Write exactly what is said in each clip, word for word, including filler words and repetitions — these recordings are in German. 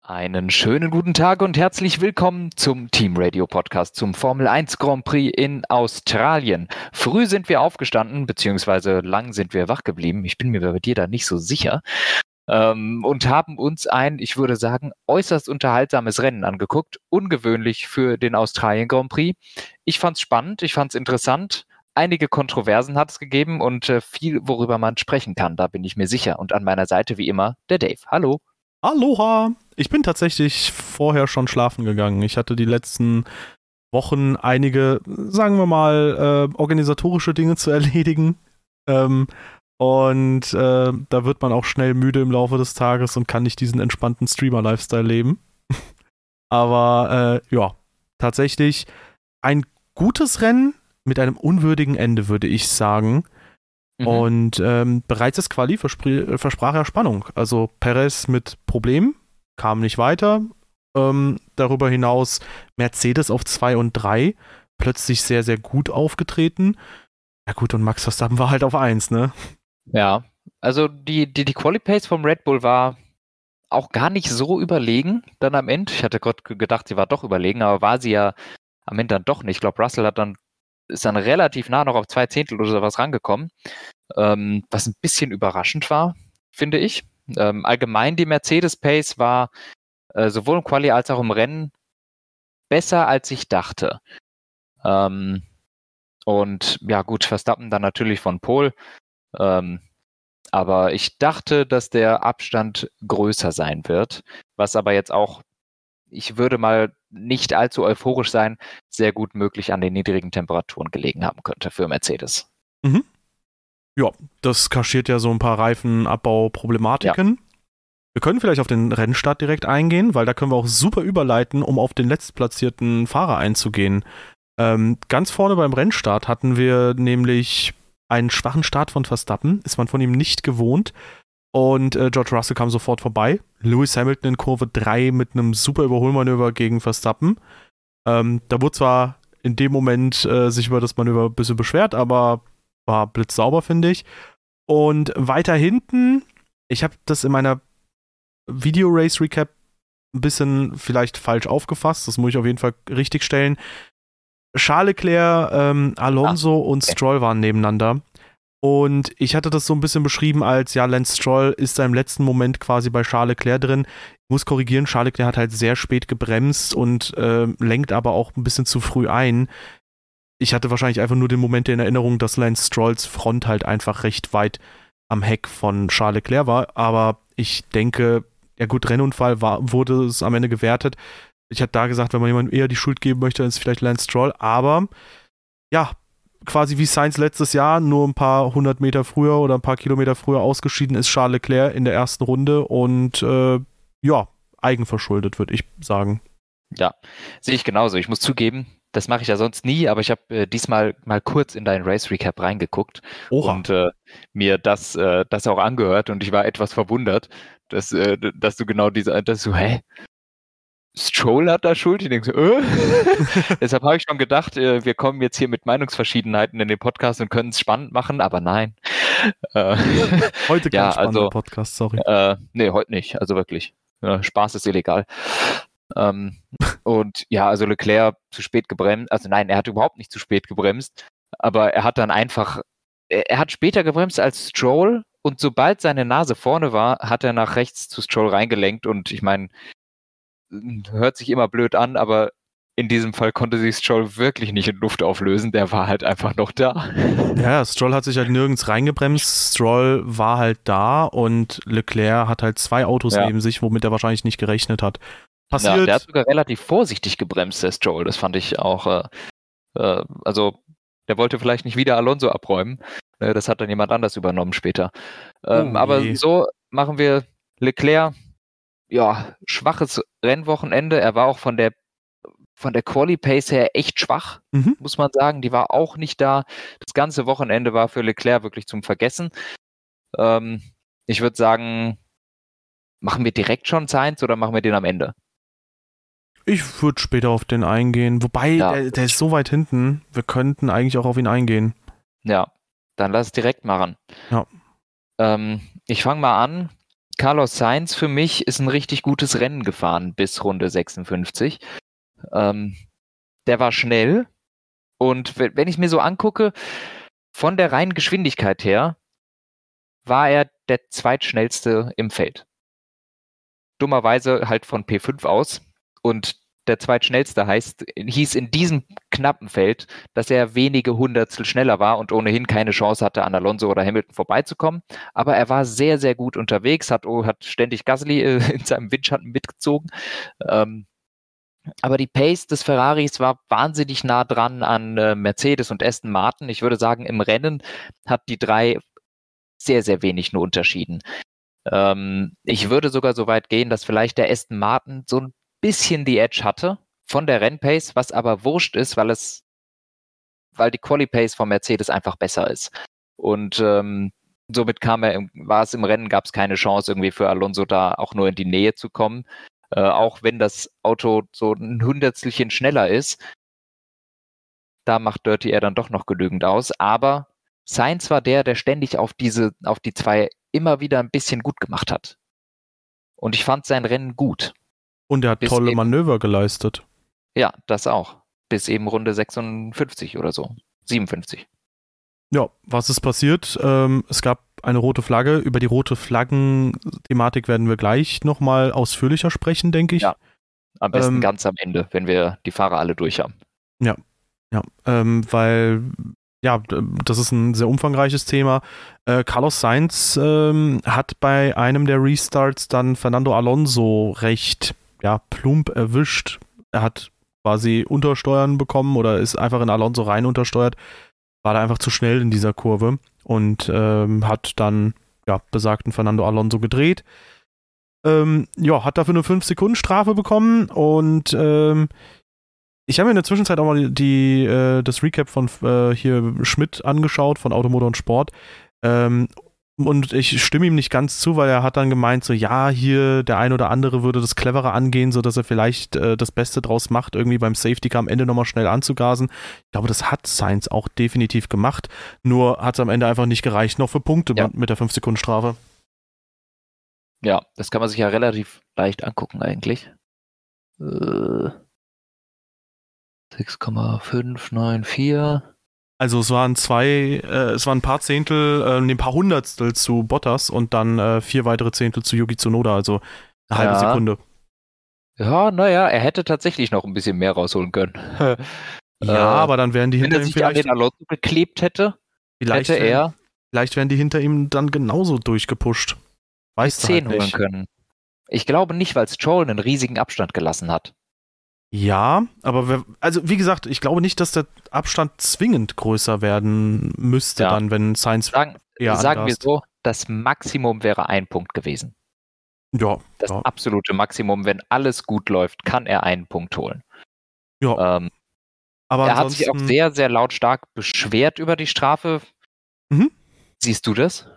Einen schönen guten Tag und herzlich willkommen zum Team Radio Podcast zum Formel eins Grand Prix in Australien. Früh sind wir aufgestanden, beziehungsweise lang sind wir wach geblieben. Ich bin mir bei dir da nicht so sicher. Ähm, und haben uns ein, ich würde sagen, äußerst unterhaltsames Rennen angeguckt. Ungewöhnlich für den Australien Grand Prix. Ich fand's spannend, ich fand's interessant. Einige Kontroversen hat es gegeben und äh, viel, worüber man sprechen kann, da bin ich mir sicher. Und an meiner Seite wie immer der Dave. Hallo. Aloha! Ich bin tatsächlich vorher schon schlafen gegangen. Ich hatte die letzten Wochen einige, sagen wir mal, äh, organisatorische Dinge zu erledigen. Ähm, und äh, da wird man auch schnell müde im Laufe des Tages und kann nicht diesen entspannten Streamer-Lifestyle leben. Aber äh, ja, tatsächlich ein gutes Rennen mit einem unwürdigen Ende, würde ich sagen. Mhm. Und ähm, bereits das Quali verspr- versprach er Spannung. Also Perez mit Problemen, kam nicht weiter. Ähm, darüber hinaus Mercedes auf zwei und drei, plötzlich sehr, sehr gut aufgetreten. Ja gut, und Max Verstappen war halt auf eins, ne? Ja, also die, die, die Quali-Pace vom Red Bull war auch gar nicht so überlegen dann am Ende. Ich hatte gerade gedacht, sie war doch überlegen, aber war sie ja am Ende dann doch nicht. Ich glaube, Russell hat dann ist dann relativ nah noch auf zwei Zehntel oder sowas rangekommen, ähm, was ein bisschen überraschend war, finde ich. Ähm, allgemein die Mercedes-Pace war äh, sowohl im Quali als auch im Rennen besser, als ich dachte. Ähm, und ja gut, Verstappen dann natürlich von Pole, ähm, aber ich dachte, dass der Abstand größer sein wird, was aber jetzt auch, ich würde mal nicht allzu euphorisch sein, sehr gut möglich an den niedrigen Temperaturen gelegen haben könnte für Mercedes. Mhm. Ja, das kaschiert ja so ein paar Reifenabbauproblematiken. Ja. Wir können vielleicht auf den Rennstart direkt eingehen, weil da können wir auch super überleiten, um auf den letztplatzierten Fahrer einzugehen. Ähm, ganz vorne beim Rennstart hatten wir nämlich einen schwachen Start von Verstappen, ist man von ihm nicht gewohnt. Und äh, George Russell kam sofort vorbei. Lewis Hamilton in Kurve drei mit einem super Überholmanöver gegen Verstappen. Ähm, da wurde zwar in dem Moment äh, sich über das Manöver ein bisschen beschwert, aber war blitzsauber, finde ich. Und weiter hinten, ich habe das in meiner Video-Race-Recap ein bisschen vielleicht falsch aufgefasst, das muss ich auf jeden Fall richtig stellen. Charles Leclerc, ähm, Alonso ah, okay. und Stroll waren nebeneinander. Und ich hatte das so ein bisschen beschrieben als, ja, Lance Stroll ist da im letzten Moment quasi bei Charles Leclerc drin. Ich muss korrigieren, Charles Leclerc hat halt sehr spät gebremst und äh, lenkt aber auch ein bisschen zu früh ein. Ich hatte wahrscheinlich einfach nur den Moment in Erinnerung, dass Lance Strolls Front halt einfach recht weit am Heck von Charles Leclerc war. Aber ich denke, ja gut, Rennunfall war, wurde es am Ende gewertet. Ich hatte da gesagt, wenn man jemandem eher die Schuld geben möchte, dann ist es vielleicht Lance Stroll. Aber ja, quasi wie Sainz letztes Jahr, nur ein paar hundert Meter früher oder ein paar Kilometer früher ausgeschieden ist Charles Leclerc in der ersten Runde. Und äh, ja, eigenverschuldet, würde ich sagen. Ja, sehe ich genauso. Ich muss zugeben, das mache ich ja sonst nie, aber ich habe äh, diesmal mal kurz in deinen Race Recap reingeguckt Oha. und äh, mir das, äh, das auch angehört und ich war etwas verwundert, dass, äh, dass du genau diese, dass du, hä? Stroll hat da Schuld? Ich denke so, äh? Deshalb habe ich schon gedacht, äh, wir kommen jetzt hier mit Meinungsverschiedenheiten in den Podcast und können es spannend machen, aber nein. Äh, heute kein ja, spannender also, Podcast, sorry. Äh, nee, heute nicht, also wirklich. Ja, Spaß ist illegal. Ähm, und ja, also Leclerc zu spät gebremst, also nein, er hat überhaupt nicht zu spät gebremst, aber er hat dann einfach, er, er hat später gebremst als Stroll und sobald seine Nase vorne war, hat er nach rechts zu Stroll reingelenkt und ich meine, hört sich immer blöd an, aber in diesem Fall konnte sich Stroll wirklich nicht in Luft auflösen, der war halt einfach noch da. Ja, Stroll hat sich halt nirgends reingebremst, Stroll war halt da und Leclerc hat halt zwei Autos ja. neben sich, womit er wahrscheinlich nicht gerechnet hat. Passiert. Ja, der hat sogar relativ vorsichtig gebremst, der Stroll. Das fand ich auch, äh, äh, also der wollte vielleicht nicht wieder Alonso abräumen. Äh, das hat dann jemand anders übernommen später. Ähm, oh, aber so machen wir Leclerc, ja, schwaches Rennwochenende. Er war auch von der von der Quali-Pace her echt schwach, mhm. muss man sagen. Die war auch nicht da. Das ganze Wochenende war für Leclerc wirklich zum Vergessen. Ähm, ich würde sagen, machen wir direkt schon Sainz oder machen wir den am Ende? Ich würde später auf den eingehen. Wobei, ja, der, der ist so weit hinten, wir könnten eigentlich auch auf ihn eingehen. Ja, dann lass es direkt machen. Ja. Ähm, ich fange mal an. Carlos Sainz für mich ist ein richtig gutes Rennen gefahren bis Runde sechsundfünfzig. Ähm, der war schnell und wenn ich mir so angucke, von der reinen Geschwindigkeit her war er der zweitschnellste im Feld. Dummerweise halt von P fünf aus und der zweitschnellste heißt, hieß in diesem knappen Feld, dass er wenige Hundertstel schneller war und ohnehin keine Chance hatte, an Alonso oder Hamilton vorbeizukommen. Aber er war sehr, sehr gut unterwegs, hat, hat ständig Gasly äh, in seinem Windschatten mitgezogen. Ähm, aber die Pace des Ferraris war wahnsinnig nah dran an äh, Mercedes und Aston Martin. Ich würde sagen, im Rennen hat die drei sehr, sehr wenig nur unterschieden. Ähm, ich würde sogar so weit gehen, dass vielleicht der Aston Martin so ein bisschen die Edge hatte von der Rennpace, was aber wurscht ist, weil es, weil die Quali-Pace von Mercedes einfach besser ist. Und ähm, somit kam er, im, war es im Rennen, gab es keine Chance irgendwie für Alonso da auch nur in die Nähe zu kommen. Äh, auch wenn das Auto so ein Hundertstelchen schneller ist, da macht Dirty Air dann doch noch genügend aus. Aber Sainz war der, der ständig auf diese, auf die zwei immer wieder ein bisschen gut gemacht hat. Und ich fand sein Rennen gut. Und er hat Bis tolle eben, Manöver geleistet. Ja, das auch. Bis eben Runde sechsundfünfzig oder so. siebenundfünfzig. Ja, was ist passiert? Ähm, es gab eine rote Flagge. Über die rote Flaggen-Thematik werden wir gleich nochmal ausführlicher sprechen, denke ich. Ja, am besten ähm, ganz am Ende, wenn wir die Fahrer alle durch haben. Ja, ja, ähm, weil, ja, das ist ein sehr umfangreiches Thema. Äh, Carlos Sainz ähm, hat bei einem der Restarts dann Fernando Alonso recht, ja, plump erwischt. Er hat quasi Untersteuern bekommen oder ist einfach in Alonso rein untersteuert. War da einfach zu schnell in dieser Kurve und ähm, hat dann, ja, besagten Fernando Alonso gedreht. Ähm, ja, hat dafür eine fünf Sekunden Strafe bekommen und ähm, ich habe mir in der Zwischenzeit auch mal die, die äh, das Recap von äh, hier Schmidt angeschaut, von Automotor und Sport. Ähm, und ich stimme ihm nicht ganz zu, weil er hat dann gemeint, so ja, hier der ein oder andere würde das cleverer angehen, sodass er vielleicht äh, das Beste draus macht, irgendwie beim Safety Car am Ende nochmal schnell anzugasen. Ich glaube, das hat Sainz auch definitiv gemacht, nur hat es am Ende einfach nicht gereicht, noch für Punkte Ja. mit der fünf Sekunden Strafe. Ja, das kann man sich ja relativ leicht angucken eigentlich. Äh, sechs Komma fünf neun vier. Also es waren zwei, äh, es waren ein paar Zehntel, äh, ein paar Hundertstel zu Bottas und dann äh, vier weitere Zehntel zu Yuki Tsunoda, also eine halbe Ja. Sekunde. Ja, naja, er hätte tatsächlich noch ein bisschen mehr rausholen können. Ja, äh, aber dann wären die wenn hinter er ihm sich vielleicht, an den Alonso geklebt hätte, vielleicht, hätte wären, er vielleicht wären die hinter ihm dann genauso durchgepusht. Weißt du halt zehn holen nicht. können. Ich glaube nicht, weil Stroll einen riesigen Abstand gelassen hat. Ja, aber wer, also wie gesagt, ich glaube nicht, dass der Abstand zwingend größer werden müsste, Ja. dann, wenn Sainz Sagen, eher sagen wir angast. so, das Maximum wäre ein Punkt gewesen. Ja, Das ja. absolute Maximum, wenn alles gut läuft, kann er einen Punkt holen. Ja. Ähm, aber er hat sich auch ansonsten, sehr, sehr lautstark beschwert über die Strafe. Mhm. Siehst du das?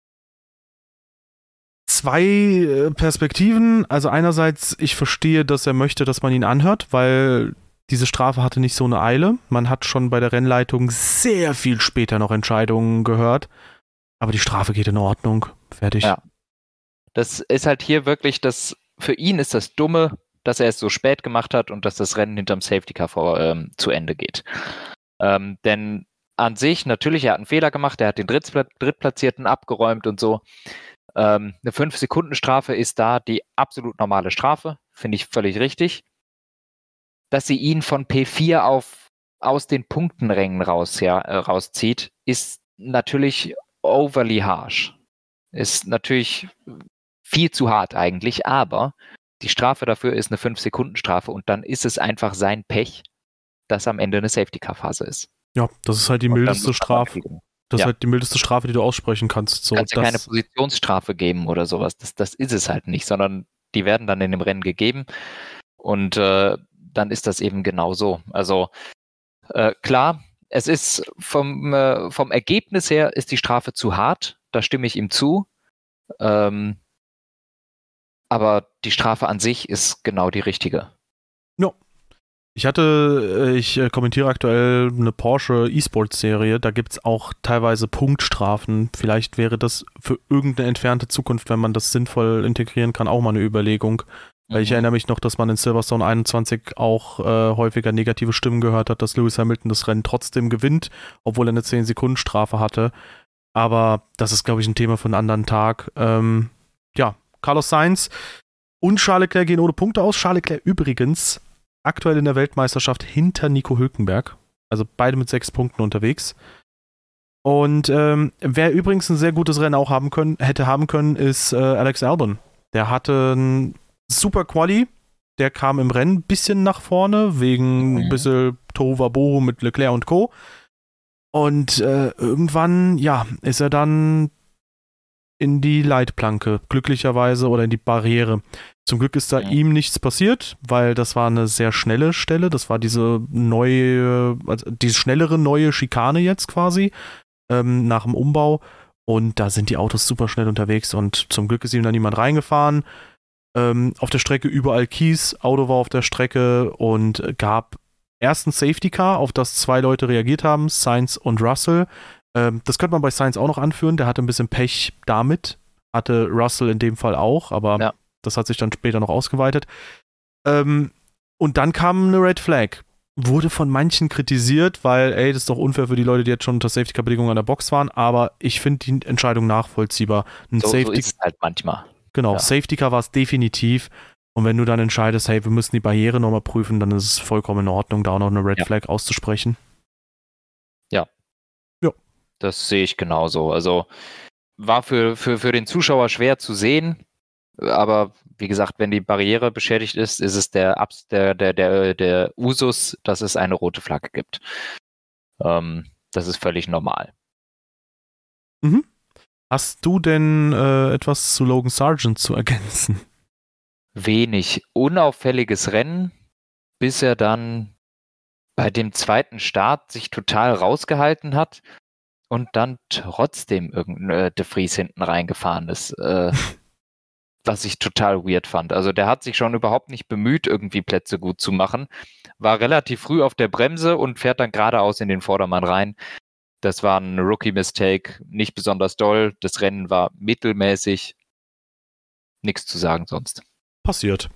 Zwei äh, Perspektiven. Also einerseits, ich verstehe, dass er möchte, dass man ihn anhört, weil diese Strafe hatte nicht so eine Eile. Man hat schon bei der Rennleitung sehr viel später noch Entscheidungen gehört. Aber die Strafe geht in Ordnung. Fertig. Ja. Das ist halt hier wirklich das, für ihn ist das Dumme, dass er es so spät gemacht hat und dass das Rennen hinterm Safety Car vor, ähm, zu Ende geht. Ähm, denn an sich, natürlich, er hat einen Fehler gemacht, er hat den Drittpla- Drittplatzierten abgeräumt und so. Ähm, eine fünf Sekunden Strafe ist da die absolut normale Strafe, finde ich völlig richtig. Dass sie ihn von P vier auf aus den Punktenrängen raus, ja, äh, rauszieht, ist natürlich overly harsh. Ist natürlich viel zu hart eigentlich, aber die Strafe dafür ist eine fünf Sekunden Strafe und dann ist es einfach sein Pech, dass am Ende eine Safety-Car-Phase ist. Ja, das ist halt die Und dann mildeste muss man Strafe. anklicken. Das Ja. ist halt die mildeste Strafe, die du aussprechen kannst. So, Kannst ja keine das, Positionsstrafe geben oder sowas. Das, das ist es halt nicht, sondern die werden dann in dem Rennen gegeben und äh, dann ist das eben genau so. Also äh, klar, es ist vom, äh, vom Ergebnis her ist die Strafe zu hart, da stimme ich ihm zu. Ähm, aber die Strafe an sich ist genau die richtige. ja. Ich hatte, ich kommentiere aktuell eine Porsche E-Sports-Serie, da gibt es auch teilweise Punktstrafen. Vielleicht wäre das für irgendeine entfernte Zukunft, wenn man das sinnvoll integrieren kann, auch mal eine Überlegung. Mhm. Weil ich erinnere mich noch, dass man in Silverstone einundzwanzig auch äh, häufiger negative Stimmen gehört hat, dass Lewis Hamilton das Rennen trotzdem gewinnt, obwohl er eine zehn Sekunden Strafe hatte. Aber das ist, glaube ich, ein Thema für einen anderen Tag. Ähm, ja, Carlos Sainz und Charles Leclerc gehen ohne Punkte aus. Charles Leclerc übrigens aktuell in der Weltmeisterschaft hinter Nico Hülkenberg. Also beide mit sechs Punkten unterwegs. Und ähm, wer übrigens ein sehr gutes Rennen auch haben können, hätte haben können, ist äh, Alex Albon. Der hatte ein super Quali. Der kam im Rennen ein bisschen nach vorne, wegen ein bisschen Tohuwabohu mit Leclerc und Co. Und äh, irgendwann, ja, ist er dann in die Leitplanke, glücklicherweise, oder in die Barriere. Zum Glück ist da ja. ihm nichts passiert, weil das war eine sehr schnelle Stelle. Das war diese neue, also diese schnellere neue Schikane jetzt quasi, ähm, nach dem Umbau. Und da sind die Autos super schnell unterwegs und zum Glück ist ihm da niemand reingefahren. Ähm, auf der Strecke überall Kies, Auto war auf der Strecke und gab erst ein Safety Car, auf das zwei Leute reagiert haben, Sainz und Russell. Ähm, das könnte man bei Sainz auch noch anführen, der hatte ein bisschen Pech damit, hatte Russell in dem Fall auch, aber ja. das hat sich dann später noch ausgeweitet. Ähm, und dann kam eine Red Flag. Wurde von manchen kritisiert, weil, ey, das ist doch unfair für die Leute, die jetzt schon unter Safety-Car-Bedingungen an der Box waren, aber ich finde die Entscheidung nachvollziehbar. Ein so, Safety- so ist es halt manchmal. Genau, ja. Safety-Car war es definitiv. Und wenn du dann entscheidest, hey, wir müssen die Barriere nochmal prüfen, dann ist es vollkommen in Ordnung, da auch noch eine Red ja. Flag auszusprechen. Ja. Ja. Das sehe ich genauso. Also war für, für, für den Zuschauer schwer zu sehen, aber wie gesagt, wenn die Barriere beschädigt ist, ist es der, der, der, der, der Usus, dass es eine rote Flagge gibt. Ähm, das ist völlig normal. Mhm. Hast du denn äh, etwas zu Logan Sargent zu ergänzen? Wenig. Unauffälliges Rennen, bis er dann bei dem zweiten Start sich total rausgehalten hat und dann trotzdem irgendein äh, De Vries hinten reingefahren ist. Äh, was ich total weird fand. Also der hat sich schon überhaupt nicht bemüht, irgendwie Plätze gut zu machen. War relativ früh auf der Bremse und fährt dann geradeaus in den Vordermann rein. Das war ein Rookie-Mistake, nicht besonders doll. Das Rennen war mittelmäßig. Nichts zu sagen sonst. Passiert.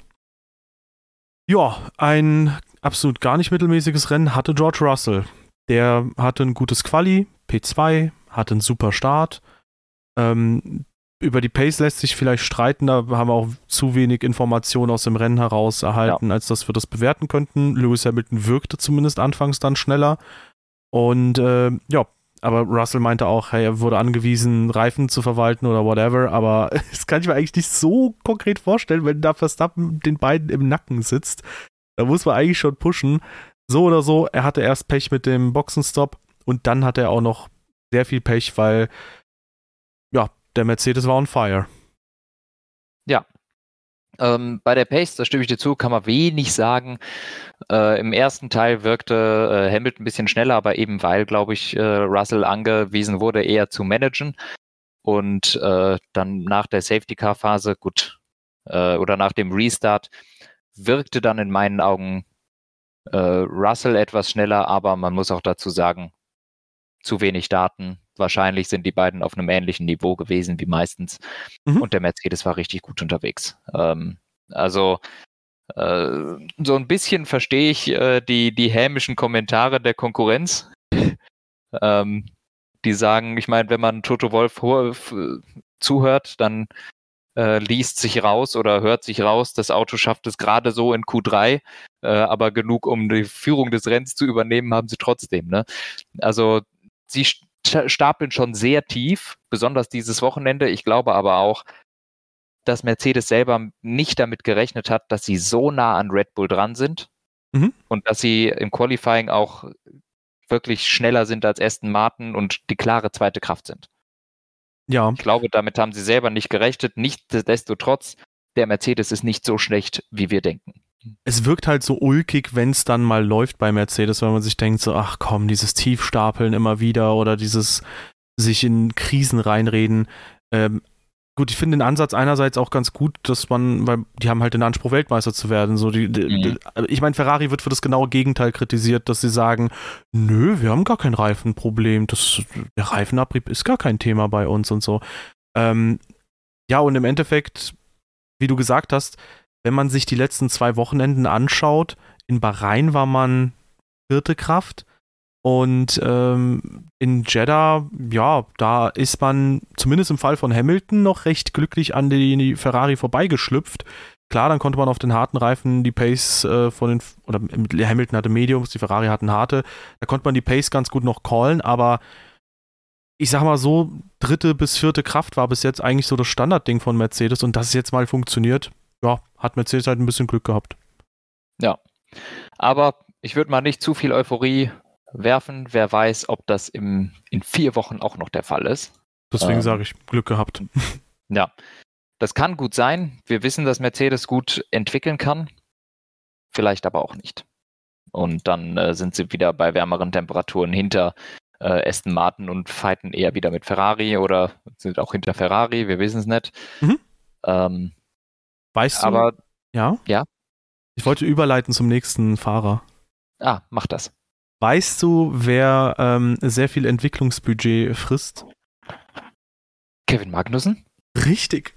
Ja, ein absolut gar nicht mittelmäßiges Rennen hatte George Russell. Der hatte ein gutes Quali, P zwei, hatte einen super Start. Ähm, über die Pace lässt sich vielleicht streiten, da haben wir auch zu wenig Informationen aus dem Rennen heraus erhalten, ja. als dass wir das bewerten könnten. Lewis Hamilton wirkte zumindest anfangs dann schneller. Und äh, ja, aber Russell meinte auch, hey, er wurde angewiesen, Reifen zu verwalten oder whatever, aber das kann ich mir eigentlich nicht so konkret vorstellen, wenn da Verstappen den beiden im Nacken sitzt. Da muss man eigentlich schon pushen. So oder so, er hatte erst Pech mit dem Boxenstopp und dann hatte er auch noch sehr viel Pech, weil ja, der Mercedes war on fire. Ja. Ähm, bei der Pace, da stimme ich dir zu, kann man wenig sagen. Äh, Im ersten Teil wirkte äh, Hamilton ein bisschen schneller, aber eben weil, glaube ich, äh, Russell angewiesen wurde, eher zu managen. Und äh, dann nach der Safety-Car-Phase, gut, äh, oder nach dem Restart, wirkte dann in meinen Augen äh, Russell etwas schneller, aber man muss auch dazu sagen, zu wenig Daten. Wahrscheinlich sind die beiden auf einem ähnlichen Niveau gewesen wie meistens. Mhm. Und der Mercedes war richtig gut unterwegs. Ähm, also äh, so ein bisschen verstehe ich äh, die, die hämischen Kommentare der Konkurrenz. ähm, die sagen, ich meine, wenn man Toto Wolff ho- zuhört, dann äh, liest sich raus oder hört sich raus, das Auto schafft es gerade so in Q drei, äh, aber genug, um die Führung des Rennens zu übernehmen, haben sie trotzdem. Ne? Also sie stapeln schon sehr tief, besonders dieses Wochenende. Ich glaube aber auch, dass Mercedes selber nicht damit gerechnet hat, dass sie so nah an Red Bull dran sind mhm. und dass sie im Qualifying auch wirklich schneller sind als Aston Martin und die klare zweite Kraft sind. Ja. Ich glaube, damit haben sie selber nicht gerechnet. Nichtsdestotrotz, der Mercedes ist nicht so schlecht, wie wir denken. Es wirkt halt so ulkig, wenn es dann mal läuft bei Mercedes, weil man sich denkt so, ach komm, dieses Tiefstapeln immer wieder oder dieses sich in Krisen reinreden. Ähm, Gut, ich finde den Ansatz einerseits auch ganz gut, dass man, weil die haben halt den Anspruch, Weltmeister zu werden. So die, die, Mhm. die, ich meine, Ferrari wird für das genaue Gegenteil kritisiert, dass sie sagen, nö, wir haben gar kein Reifenproblem, das, der Reifenabrieb ist gar kein Thema bei uns und so. Ähm, ja, und im Endeffekt, wie du gesagt hast, wenn man sich die letzten zwei Wochenenden anschaut, in Bahrain war man vierte Kraft. Und ähm, in Jeddah, ja, da ist man zumindest im Fall von Hamilton noch recht glücklich an die, die Ferrari vorbeigeschlüpft. Klar, dann konnte man auf den harten Reifen die Pace äh, von den, oder Hamilton hatte Mediums, die Ferrari hatten harte, da konnte man die Pace ganz gut noch callen, aber ich sag mal so, dritte bis vierte Kraft war bis jetzt eigentlich so das Standardding von Mercedes und dass es jetzt mal funktioniert, ja, hat Mercedes halt ein bisschen Glück gehabt. Ja, aber ich würde mal nicht zu viel Euphorie werfen. Wer weiß, ob das im, in vier Wochen auch noch der Fall ist. Deswegen Ähm, sage ich, Glück gehabt. Ja, das kann gut sein. Wir wissen, dass Mercedes gut entwickeln kann. Vielleicht aber auch nicht. Und dann äh, sind sie wieder bei wärmeren Temperaturen hinter äh, Aston Martin und fighten eher wieder mit Ferrari oder sind auch hinter Ferrari. Wir wissen es nicht. Mhm. Ähm, Weißt aber, du? Ja? Ja. Ich wollte überleiten zum nächsten Fahrer. Ah, mach das. Weißt du, wer ähm, sehr viel Entwicklungsbudget frisst? Kevin Magnussen? Richtig.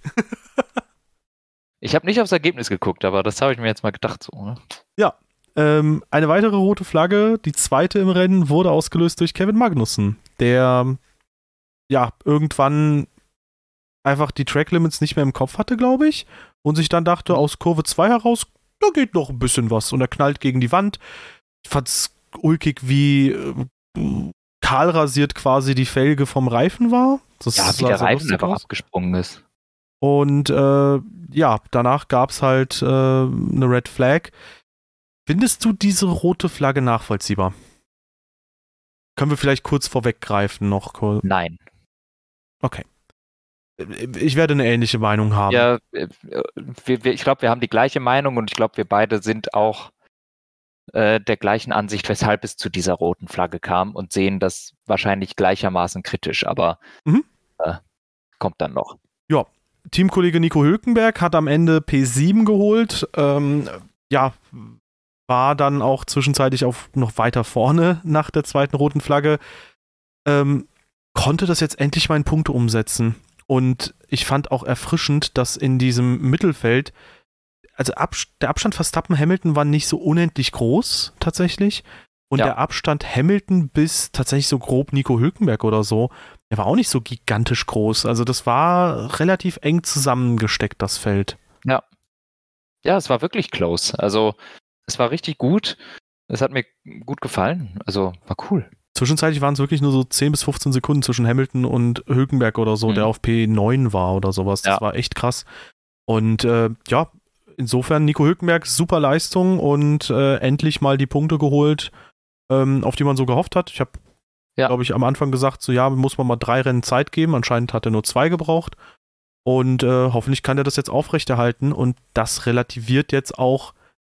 Ich habe nicht aufs Ergebnis geguckt, aber das habe ich mir jetzt mal gedacht. So, ne? Ja. Ähm, eine weitere rote Flagge, die zweite im Rennen, wurde ausgelöst durch Kevin Magnussen, der ja irgendwann einfach die Track Limits nicht mehr im Kopf hatte, glaube ich, und sich dann dachte, aus Kurve zwei heraus, da geht noch ein bisschen was. Und er knallt gegen die Wand. Ich fand's ulkig, wie äh, kahlrasiert quasi die Felge vom Reifen war. Das Ja, wie sah der sehr Reifen lustig einfach aus. abgesprungen ist. Und äh, ja, danach gab es halt äh, eine Red Flag. Findest du diese rote Flagge nachvollziehbar? Können wir vielleicht kurz vorweggreifen noch? Nein. Okay. Ich werde eine ähnliche Meinung haben. Ja, äh, wir, wir, ich glaube, wir haben die gleiche Meinung und ich glaube, wir beide sind auch äh, der gleichen Ansicht, weshalb es zu dieser roten Flagge kam und sehen das wahrscheinlich gleichermaßen kritisch, aber Mhm. äh, kommt dann noch. Ja, Teamkollege Nico Hülkenberg hat am Ende P sieben geholt. Ähm, ja, war dann auch zwischenzeitlich auf noch weiter vorne nach der zweiten roten Flagge. Ähm, konnte das jetzt endlich mal in Punkte umsetzen. Und ich fand auch erfrischend, dass in diesem Mittelfeld, also Abs- der Abstand Verstappen-Hamilton war nicht so unendlich groß, tatsächlich. Und Ja. der Abstand Hamilton bis tatsächlich so grob Nico Hülkenberg oder so, der war auch nicht so gigantisch groß. Also das war relativ eng zusammengesteckt, das Feld. Ja. Ja, es war wirklich close. Also es war richtig gut. Es hat mir gut gefallen. Also war cool. Zwischenzeitlich waren es wirklich nur so zehn bis fünfzehn Sekunden zwischen Hamilton und Hülkenberg oder so, Mhm. der auf P neun war oder sowas. Das Ja. war echt krass. Und äh, ja, insofern Nico Hülkenberg, super Leistung und äh, endlich mal die Punkte geholt, ähm, auf die man so gehofft hat. Ich habe, Ja. glaube ich, am Anfang gesagt, so ja, muss man mal drei Rennen Zeit geben. Anscheinend hat er nur zwei gebraucht. Und äh, hoffentlich kann er das jetzt aufrechterhalten. Und das relativiert jetzt auch,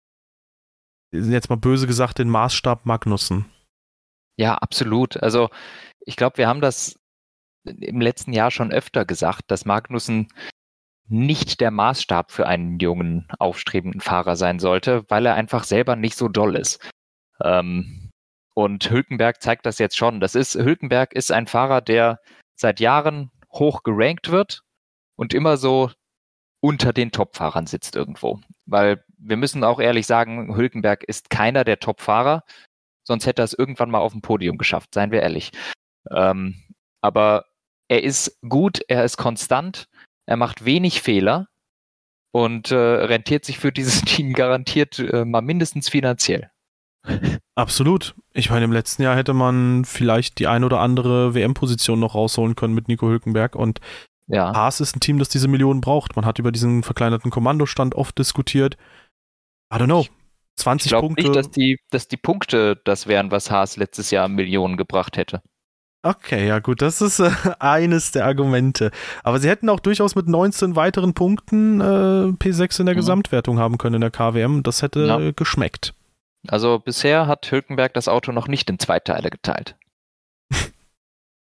jetzt mal böse gesagt, den Maßstab Magnussen. Ja, absolut. Also ich glaube, wir haben das im letzten Jahr schon öfter gesagt, dass Magnussen nicht der Maßstab für einen jungen, aufstrebenden Fahrer sein sollte, weil er einfach selber nicht so doll ist. Ähm, und Hülkenberg zeigt das jetzt schon. Das ist, Hülkenberg ist ein Fahrer, der seit Jahren hoch gerankt wird und immer so unter den Top-Fahrern sitzt irgendwo. Weil wir müssen auch ehrlich sagen, Hülkenberg ist keiner der Top-Fahrer, sonst hätte er es irgendwann mal auf dem Podium geschafft, seien wir ehrlich. Ähm, aber er ist gut, er ist konstant, er macht wenig Fehler und äh, rentiert sich für dieses Team garantiert äh, mal mindestens finanziell. Absolut. Ich meine, im letzten Jahr hätte man vielleicht die ein oder andere W M-Position noch rausholen können mit Nico Hülkenberg und Ja. Haas ist ein Team, das diese Millionen braucht. Man hat über diesen verkleinerten Kommandostand oft diskutiert. I don't know. zwanzig Ich glaube Punkte. nicht, dass die, dass die Punkte das wären, was Haas letztes Jahr Millionen gebracht hätte. Okay, ja gut, das ist äh, eines der Argumente. Aber sie hätten auch durchaus mit neunzehn weiteren Punkten äh, P sechs in der Mhm. Gesamtwertung haben können in der K W M. Das hätte Ja. äh, geschmeckt. Also bisher hat Hülkenberg das Auto noch nicht in zwei Teile geteilt.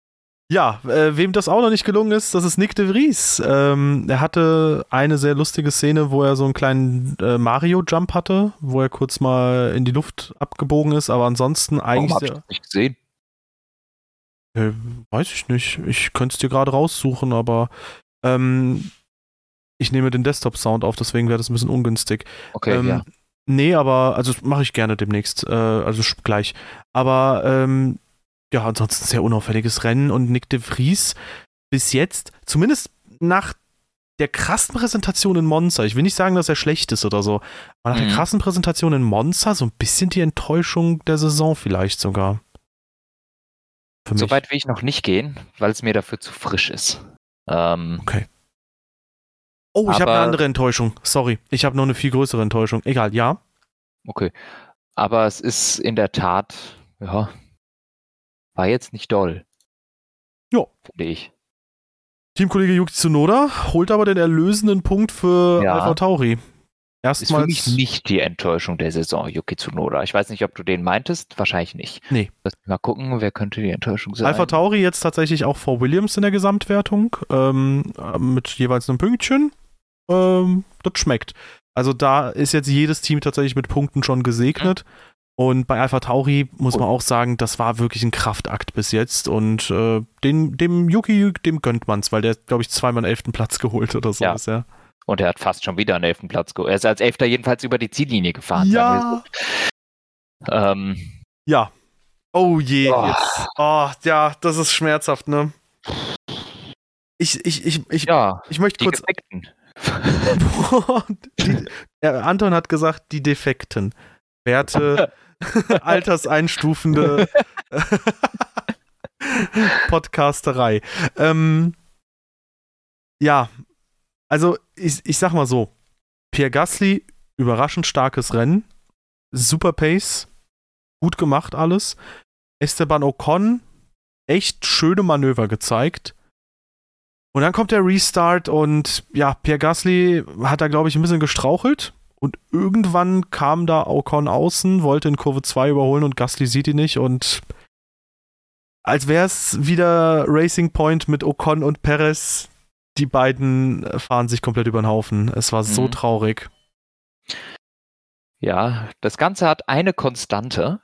Ja, äh, wem das auch noch nicht gelungen ist, das ist Nyck de Vries. Ähm, er hatte eine sehr lustige Szene, wo er so einen kleinen äh, Mario-Jump hatte, wo er kurz mal in die Luft abgebogen ist, aber ansonsten eigentlich. Warum hab ich das nicht gesehen? Äh, weiß ich nicht. Ich könnte es dir gerade raussuchen, aber ähm, ich nehme den Desktop-Sound auf, deswegen wäre das ein bisschen ungünstig. Okay, ähm, ja. Nee, aber, also mache ich gerne demnächst, äh, also gleich. Aber ähm, ja, ansonsten sehr unauffälliges Rennen und Nyck de Vries bis jetzt, zumindest nach der krassen Präsentation in Monza, ich will nicht sagen, dass er schlecht ist oder so, aber nach Mhm. der krassen Präsentation in Monza so ein bisschen die Enttäuschung der Saison vielleicht sogar. Für mich. So weit will ich noch nicht gehen, weil es mir dafür zu frisch ist. Ähm, Okay. Oh, ich habe eine andere Enttäuschung. Sorry, ich habe noch eine viel größere Enttäuschung. Egal, ja. Okay. Aber es ist in der Tat, ja, war jetzt nicht doll. Ja. Finde ich. Teamkollege Yuki Tsunoda holt aber den erlösenden Punkt für Ja. AlphaTauri. Ist für mich Erstmals. nicht die Enttäuschung der Saison, Yuki Tsunoda. Ich weiß nicht, ob du den meintest. Wahrscheinlich nicht. Nee. Lass mich mal gucken, wer könnte die Enttäuschung sein. AlphaTauri jetzt tatsächlich auch vor Williams in der Gesamtwertung. Ähm, mit jeweils einem Pünktchen. Ähm, das schmeckt. Also da ist jetzt jedes Team tatsächlich mit Punkten schon gesegnet. Mhm. Und bei AlphaTauri muss man auch sagen, das war wirklich ein Kraftakt bis jetzt. Und äh, den, dem Yuki, dem gönnt man's, weil der, glaube ich, zweimal den elften Platz geholt oder so Ja. ist er. Und er hat fast schon wieder einen elften Platz geholt. Er ist als Elfter jedenfalls über die Ziellinie gefahren. Ja. So. Ähm, ja. Oh je, oh. jetzt. Oh, ja, das ist schmerzhaft, ne? Ich, ich, ich, ich, ja, ich möchte die kurz. Defekten. die, der Anton hat gesagt, die Defekten. Werte, alterseinstufende Podcasterei. Ähm, ja, also ich, ich sag mal so, Pierre Gasly, überraschend starkes Rennen, super Pace, gut gemacht alles. Esteban Ocon, echt schöne Manöver gezeigt. Und dann kommt der Restart und ja, Pierre Gasly hat da, glaube ich, ein bisschen gestrauchelt. Und irgendwann kam da Ocon außen, wollte in Kurve zwei überholen und Gasly sieht ihn nicht. Und als wäre es wieder Racing Point mit Ocon und Perez, die beiden fahren sich komplett über den Haufen. Es war so mhm. traurig. Ja, das Ganze hat eine Konstante.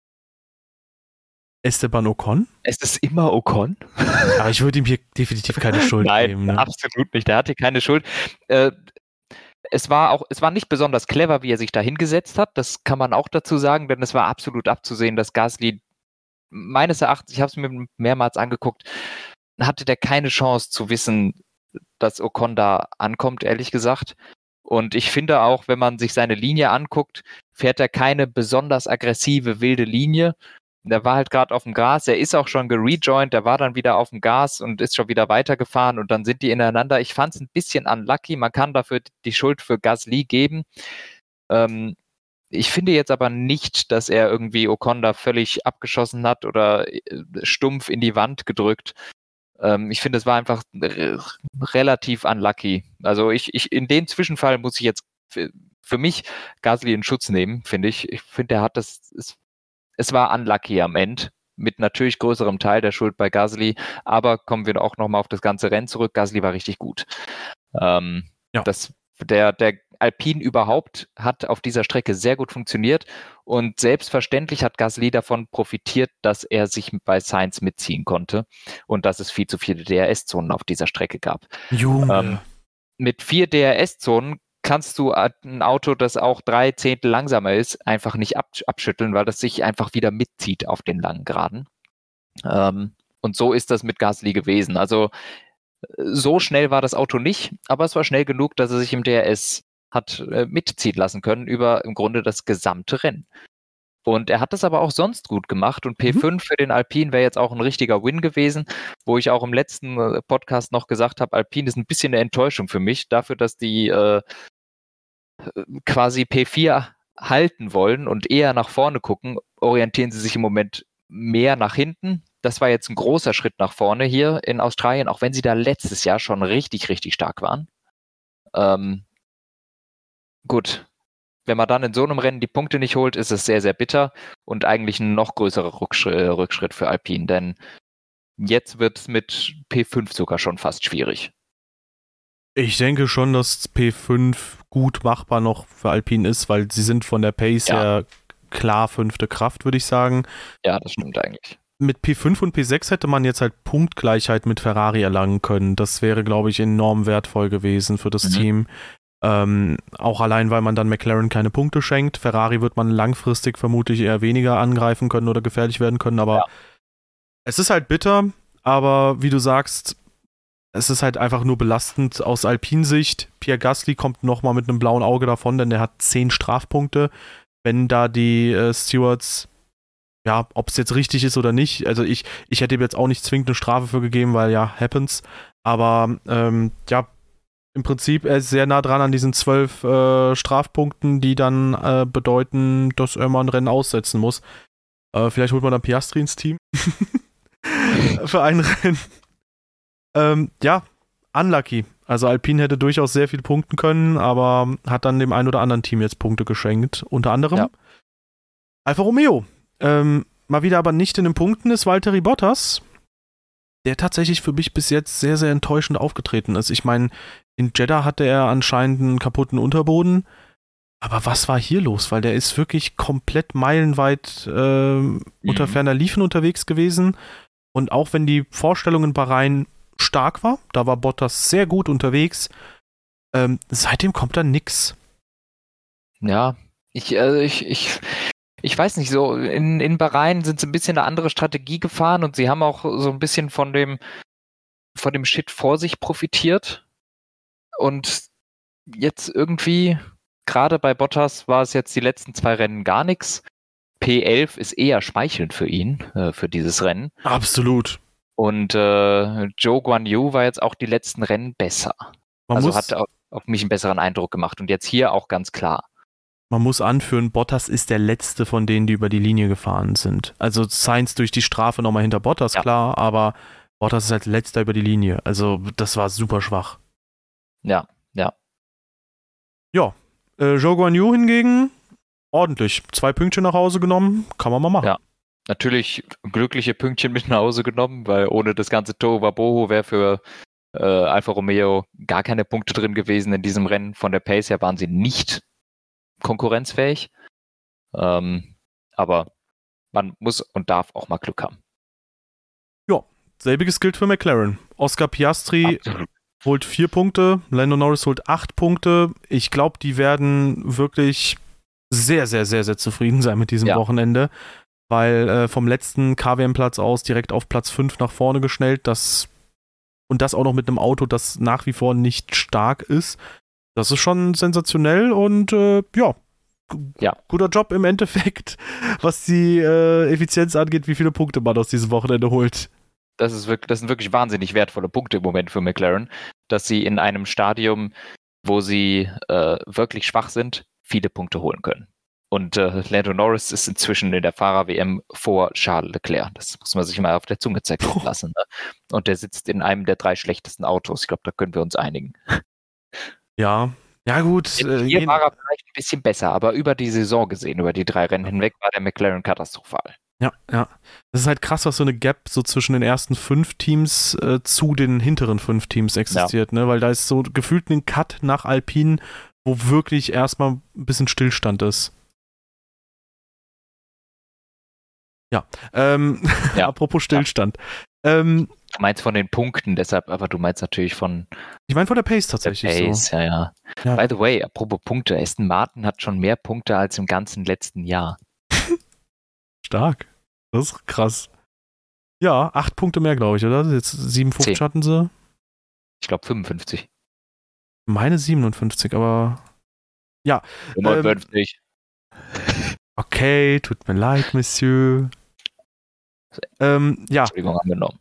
Esteban Ocon? Es ist immer Ocon. Aber ich würde ihm hier definitiv keine Schuld Nein, geben. Nein, ne? Absolut nicht. Der hatte keine Schuld. Äh, es war auch, es war nicht besonders clever, wie er sich da hingesetzt hat. Das kann man auch dazu sagen, denn es war absolut abzusehen, dass Gasly meines Erachtens, ich habe es mir mehrmals angeguckt, hatte der keine Chance zu wissen, dass Ocon da ankommt, ehrlich gesagt. Und ich finde auch, wenn man sich seine Linie anguckt, fährt er keine besonders aggressive, wilde Linie. Der war halt gerade auf dem Gas, er ist auch schon gerejoint, der war dann wieder auf dem Gas und ist schon wieder weitergefahren und dann sind die ineinander. Ich fand es ein bisschen unlucky, man kann dafür die Schuld für Gasly geben. Ähm, ich finde jetzt aber nicht, dass er irgendwie Ocon da völlig abgeschossen hat oder stumpf in die Wand gedrückt. Ähm, ich finde, es war einfach r- relativ unlucky. Also ich, ich in dem Zwischenfall muss ich jetzt für, für mich Gasly in Schutz nehmen, finde ich. Ich finde, er hat das... Es, Es war unlucky am Ende, mit natürlich größerem Teil der Schuld bei Gasly, aber kommen wir auch nochmal auf das ganze Rennen zurück. Gasly war richtig gut. Ähm, ja. das, der, der Alpine überhaupt hat auf dieser Strecke sehr gut funktioniert und selbstverständlich hat Gasly davon profitiert, dass er sich bei Sainz mitziehen konnte und dass es viel zu viele D R S-Zonen auf dieser Strecke gab. Junge. Ähm, mit vier D R S-Zonen kannst du ein Auto, das auch drei Zehntel langsamer ist, einfach nicht abschütteln, weil das sich einfach wieder mitzieht auf den langen Geraden. Ähm, und so ist das mit Gasly gewesen. Also so schnell war das Auto nicht, aber es war schnell genug, dass er sich im D R S hat äh, mitziehen lassen können über im Grunde das gesamte Rennen. Und er hat das aber auch sonst gut gemacht und P fünf mhm. für den Alpine wäre jetzt auch ein richtiger Win gewesen, wo ich auch im letzten äh, Podcast noch gesagt habe, Alpine ist ein bisschen eine Enttäuschung für mich, dafür, dass die äh, quasi P vier halten wollen und eher nach vorne gucken, orientieren sie sich im Moment mehr nach hinten. Das war jetzt ein großer Schritt nach vorne hier in Australien, auch wenn sie da letztes Jahr schon richtig, richtig stark waren. Ähm, gut, wenn man dann in so einem Rennen die Punkte nicht holt, ist es sehr, sehr bitter und eigentlich ein noch größerer Rückschritt, Rückschritt für Alpine, denn jetzt wird es mit P fünf sogar schon fast schwierig. Ich denke schon, dass P fünf gut machbar noch für Alpine ist, weil sie sind von der Pace ja. her klar fünfte Kraft, würde ich sagen. Ja, das stimmt eigentlich. Mit P fünf und P sechs hätte man jetzt halt Punktgleichheit mit Ferrari erlangen können. Das wäre, glaube ich, enorm wertvoll gewesen für das mhm. Team. Ähm, auch allein, weil man dann McLaren keine Punkte schenkt. Ferrari wird man langfristig vermutlich eher weniger angreifen können oder gefährlich werden können, aber ja. es ist halt bitter, aber wie du sagst, es ist halt einfach nur belastend aus Alpine-Sicht. Pierre Gasly kommt nochmal mit einem blauen Auge davon, denn der hat zehn Strafpunkte. Wenn da die äh, Stewards, ja, ob es jetzt richtig ist oder nicht, also ich, ich hätte ihm jetzt auch nicht zwingend eine Strafe für gegeben, weil ja, happens. Aber ähm, ja, im Prinzip, er ist sehr nah dran an diesen zwölf äh, Strafpunkten, die dann äh, bedeuten, dass er mal ein Rennen aussetzen muss. Äh, vielleicht holt man dann Piastri ins Team. für ein Rennen. Ähm, ja, unlucky. Also Alpine hätte durchaus sehr viel punkten können, aber hat dann dem einen oder anderen Team jetzt Punkte geschenkt. Unter anderem ja. Alfa Romeo. Ähm, mal wieder aber nicht in den Punkten ist Valtteri Bottas, der tatsächlich für mich bis jetzt sehr, sehr enttäuschend aufgetreten ist. Ich meine, in Jeddah hatte er anscheinend einen kaputten Unterboden, aber was war hier los? Weil der ist wirklich komplett meilenweit äh, mhm. unter ferner Liefen unterwegs gewesen. Und auch wenn die Vorstellung in Bahrain stark war, da war Bottas sehr gut unterwegs, ähm, seitdem kommt da nix. Ja, ich, also ich, ich, ich weiß nicht, so in, in Bahrain sind sie ein bisschen eine andere Strategie gefahren und sie haben auch so ein bisschen von dem, von dem Shit vor sich profitiert. Und jetzt irgendwie, gerade bei Bottas war es jetzt die letzten zwei Rennen gar nichts. P elf ist eher schmeichelnd für ihn, äh, für dieses Rennen. Absolut. Und äh, Zhou Guanyu war jetzt auch die letzten Rennen besser. Man also hat auf, auf mich einen besseren Eindruck gemacht. Und jetzt hier auch ganz klar. Man muss anführen, Bottas ist der letzte von denen, die über die Linie gefahren sind. Also Sainz durch die Strafe nochmal hinter Bottas, ja. klar, aber Bottas ist halt letzter über die Linie. Also das war super schwach. Ja, ja. Ja, äh, Zhou Guanyu hingegen ordentlich. Zwei Pünktchen nach Hause genommen, kann man mal machen. Ja. Natürlich glückliche Pünktchen mit nach Hause genommen, weil ohne das ganze Tohuwabohu wäre für äh, Alfa Romeo gar keine Punkte drin gewesen in diesem Rennen. Von der Pace her waren sie nicht konkurrenzfähig. Ähm, aber man muss und darf auch mal Glück haben. Ja, selbiges gilt für McLaren. Oscar Piastri Absolut. holt vier Punkte, Lando Norris holt acht Punkte. Ich glaube, die werden wirklich sehr, sehr, sehr, sehr zufrieden sein mit diesem ja. Wochenende. Weil äh, vom letzten K W M-Platz aus direkt auf Platz fünf nach vorne geschnellt, das und das auch noch mit einem Auto, das nach wie vor nicht stark ist. Das ist schon sensationell und äh, ja, g- ja, guter Job im Endeffekt, was die äh, Effizienz angeht, wie viele Punkte man aus diesem Wochenende holt. Das ist wirklich, das sind wirklich wahnsinnig wertvolle Punkte im Moment für McLaren, dass sie in einem Stadium, wo sie äh, wirklich schwach sind, viele Punkte holen können. Und äh, Lando Norris ist inzwischen in der Fahrer-W M vor Charles Leclerc. Das muss man sich mal auf der Zunge zergehen lassen. Ne? Und der sitzt in einem der drei schlechtesten Autos. Ich glaube, da können wir uns einigen. Ja, ja gut. Äh, hier war er vielleicht ein bisschen besser, aber über die Saison gesehen, über die drei Rennen hinweg, war der McLaren katastrophal. Ja, ja. Das ist halt krass, was so eine Gap so zwischen den ersten fünf Teams äh, zu den hinteren fünf Teams existiert, ja. ne? Weil da ist so gefühlt ein Cut nach Alpine, wo wirklich erstmal ein bisschen Stillstand ist. Ja, ähm, ja. apropos Stillstand. Ja. Ähm, du meinst von den Punkten, deshalb, aber du meinst natürlich von... Ich meine von der Pace tatsächlich der Pace, so. ja, ja, ja. By the way, apropos Punkte, Aston Martin hat schon mehr Punkte als im ganzen letzten Jahr. Stark. Das ist krass. Ja, acht Punkte mehr, glaube ich, oder? Jetzt siebenundfünfzig Zehn. Hatten sie. Ich glaube fünfundfünfzig. Meine siebenundfünfzig, aber... Ja. fünfundfünfzig. Ähm, okay, tut mir leid, Monsieur. Ähm, ja. Entschuldigung, angenommen.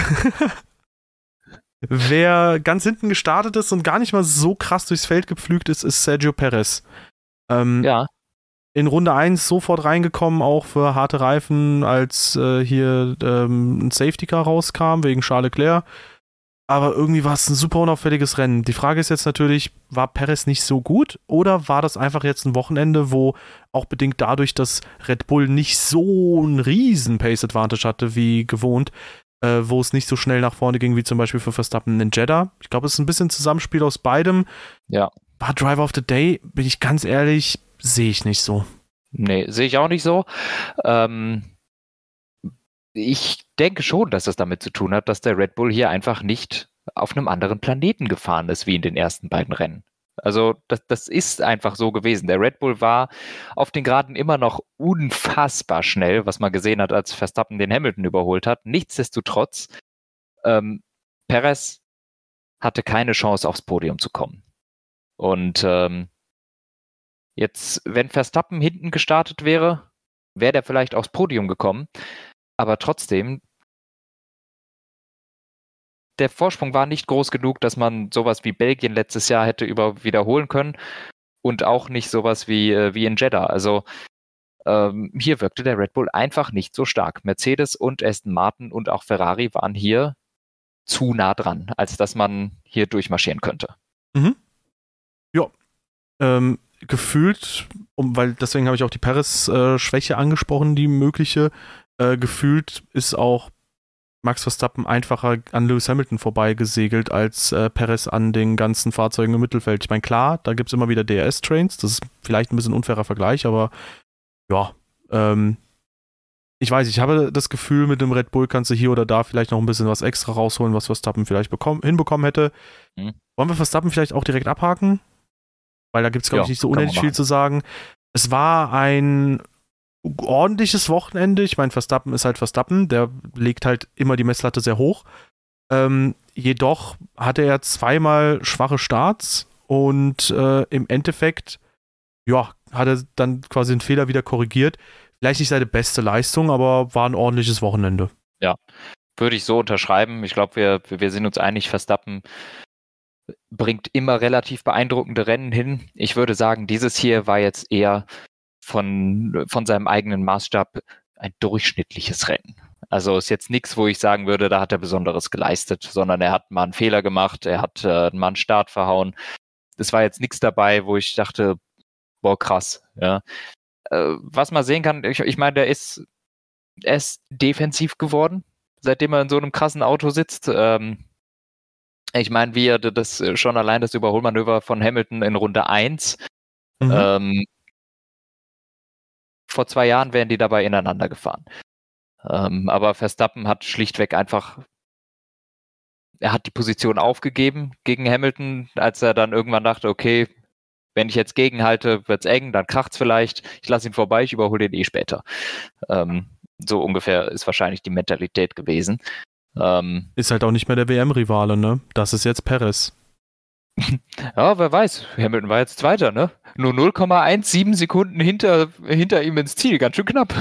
Wer ganz hinten gestartet ist und gar nicht mal so krass durchs Feld gepflügt ist, ist Sergio Perez. Ähm, ja. In Runde eins sofort reingekommen, auch für harte Reifen, als äh, hier ähm, ein Safety Car rauskam, wegen Charles Leclerc. Aber irgendwie war es ein super unauffälliges Rennen. Die Frage ist jetzt natürlich, war Perez nicht so gut oder war das einfach jetzt ein Wochenende, wo auch bedingt dadurch, dass Red Bull nicht so einen riesen Pace-Advantage hatte wie gewohnt, äh, wo es nicht so schnell nach vorne ging, wie zum Beispiel für Verstappen in Jeddah. Ich glaube, es ist ein bisschen Zusammenspiel aus beidem. Ja. War Driver of the Day, bin ich ganz ehrlich, sehe ich nicht so. Nee, sehe ich auch nicht so. Ähm, ich denke schon, dass das damit zu tun hat, dass der Red Bull hier einfach nicht auf einem anderen Planeten gefahren ist, wie in den ersten beiden Rennen. Also das, das ist einfach so gewesen. Der Red Bull war auf den Geraden immer noch unfassbar schnell, was man gesehen hat, als Verstappen den Hamilton überholt hat. Nichtsdestotrotz, ähm, Perez hatte keine Chance, aufs Podium zu kommen. Und ähm, jetzt, wenn Verstappen hinten gestartet wäre, wäre der vielleicht aufs Podium gekommen. Aber trotzdem, der Vorsprung war nicht groß genug, dass man sowas wie Belgien letztes Jahr hätte über wiederholen können und auch nicht sowas wie, äh, wie in Jeddah. Also ähm, hier wirkte der Red Bull einfach nicht so stark. Mercedes und Aston Martin und auch Ferrari waren hier zu nah dran, als dass man hier durchmarschieren könnte. Mhm. Ja, ähm, gefühlt, um, weil deswegen habe ich auch die Perez-Schwäche äh, angesprochen, die mögliche, äh, gefühlt ist auch Max Verstappen einfacher an Lewis Hamilton vorbeigesegelt als äh, Perez an den ganzen Fahrzeugen im Mittelfeld. Ich meine, klar, da gibt es immer wieder D R S-Trains, das ist vielleicht ein bisschen ein unfairer Vergleich, aber ja, ähm, ich weiß, ich habe das Gefühl, mit dem Red Bull kannst du hier oder da vielleicht noch ein bisschen was extra rausholen, was Verstappen vielleicht bekommen, hinbekommen hätte. Mhm. Wollen wir Verstappen vielleicht auch direkt abhaken? Weil da gibt es, glaube ja, ich, nicht so unendlich viel zu sagen. Es war ein ordentliches Wochenende. Ich meine, Verstappen ist halt Verstappen. Der legt halt immer die Messlatte sehr hoch. Ähm, jedoch hatte er zweimal schwache Starts und äh, im Endeffekt, ja, hat er dann quasi den Fehler wieder korrigiert. Vielleicht nicht seine beste Leistung, aber war ein ordentliches Wochenende. Ja, würde ich so unterschreiben. Ich glaube, wir, wir sind uns einig, Verstappen bringt immer relativ beeindruckende Rennen hin. Ich würde sagen, dieses hier war jetzt eher von, von seinem eigenen Maßstab ein durchschnittliches Rennen. Also ist jetzt nichts, wo ich sagen würde, da hat er Besonderes geleistet, sondern er hat mal einen Fehler gemacht, er hat äh, mal einen Start verhauen. Es war jetzt nichts dabei, wo ich dachte, boah, krass. Ja. Äh, was man sehen kann, ich, ich meine, der ist, er ist defensiv geworden, seitdem er in so einem krassen Auto sitzt. Ähm, Ich meine, wie er das schon allein das Überholmanöver von Hamilton in Runde eins. Mhm. Ähm, vor zwei Jahren wären die dabei ineinander gefahren. Ähm, aber Verstappen hat schlichtweg einfach, er hat die Position aufgegeben gegen Hamilton, als er dann irgendwann dachte, okay, wenn ich jetzt gegenhalte, wird's eng, dann kracht's vielleicht. Ich lasse ihn vorbei, ich überhole den eh später. Ähm, so ungefähr ist wahrscheinlich die Mentalität gewesen. Ähm, ist halt auch nicht mehr der W M-Rivale, ne? Das ist jetzt Perez. Ja, wer weiß. Hamilton war jetzt Zweiter, ne? Nur null Komma siebzehn Sekunden hinter, hinter ihm ins Ziel. Ganz schön knapp.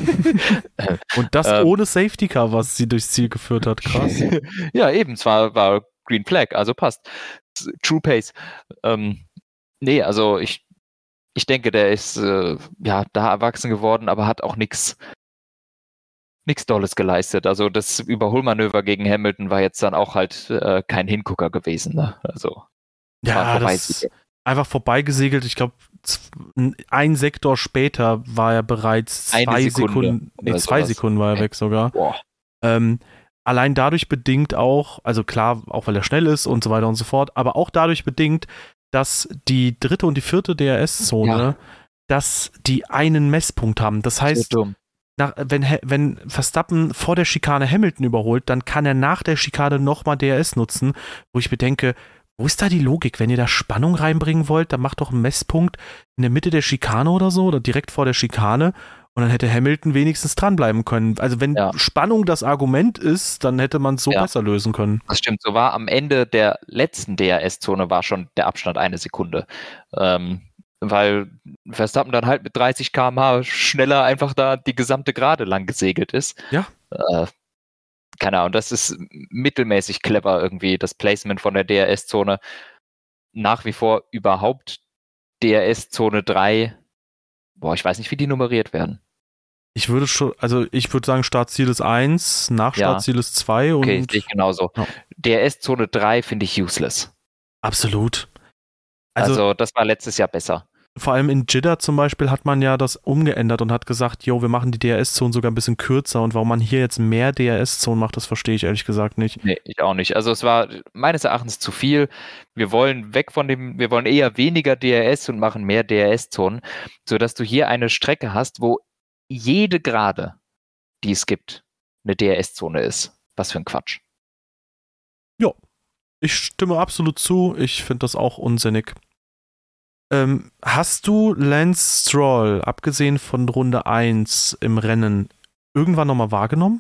Und das ähm, ohne Safety Car, was sie durchs Ziel geführt hat. Krass. Ja, eben. Zwar war Green Flag, also passt. True Pace. Ähm, nee, also ich, ich denke, der ist äh, ja da erwachsen geworden, aber hat auch nichts nichts Dolles geleistet. Also das Überholmanöver gegen Hamilton war jetzt dann auch halt äh, kein Hingucker gewesen. Ne? Also ja, das einfach vorbeigesegelt. Ich glaube, ein Sektor später war er bereits zwei Eine Sekunde Sekunden, nee, zwei sowas. Sekunden war er weg sogar. Ähm, allein dadurch bedingt auch, also klar, auch weil er schnell ist und so weiter und so fort, aber auch dadurch bedingt, dass die dritte und die vierte D R S-Zone, ja. dass die einen Messpunkt haben. Das heißt, so nach, wenn, wenn Verstappen vor der Schikane Hamilton überholt, dann kann er nach der Schikane nochmal D R S nutzen, wo ich bedenke, wo ist da die Logik? Wenn ihr da Spannung reinbringen wollt, dann macht doch einen Messpunkt in der Mitte der Schikane oder so oder direkt vor der Schikane und dann hätte Hamilton wenigstens dranbleiben können. Also wenn ja. Spannung das Argument ist, dann hätte man es so ja. besser lösen können. Das stimmt, so war am Ende der letzten D R S-Zone war schon der Abstand eine Sekunde. Ähm, weil Verstappen dann halt mit dreißig Kilometer pro Stunde schneller einfach da die gesamte Gerade lang gesegelt ist. Ja. Äh, keine Ahnung, das ist mittelmäßig clever irgendwie, das Placement von der D R S-Zone. Nach wie vor überhaupt D R S-Zone drei. Boah, ich weiß nicht, wie die nummeriert werden. Ich würde schon, also ich würde sagen, Startziel ist eins, Nachstartziel ja. ist zwei. Okay, und sehe ich genauso. Ja. D R S-Zone drei finde ich useless. Absolut. Also, also das war letztes Jahr besser. vor allem in Jeddah zum Beispiel hat man ja das umgeändert und hat gesagt, jo, wir machen die D R S-Zonen sogar ein bisschen kürzer und warum man hier jetzt mehr D R S-Zonen macht, das verstehe ich ehrlich gesagt nicht. Nee, ich auch nicht. Also es war meines Erachtens zu viel. Wir wollen weg von dem, wir wollen eher weniger D R S und machen mehr D R S-Zonen, sodass du hier eine Strecke hast, wo jede Gerade, die es gibt, eine D R S-Zone ist. Was für ein Quatsch. Ja, ich stimme absolut zu. Ich finde das auch unsinnig. Ähm, hast du Lance Stroll, abgesehen von Runde eins im Rennen, irgendwann nochmal wahrgenommen?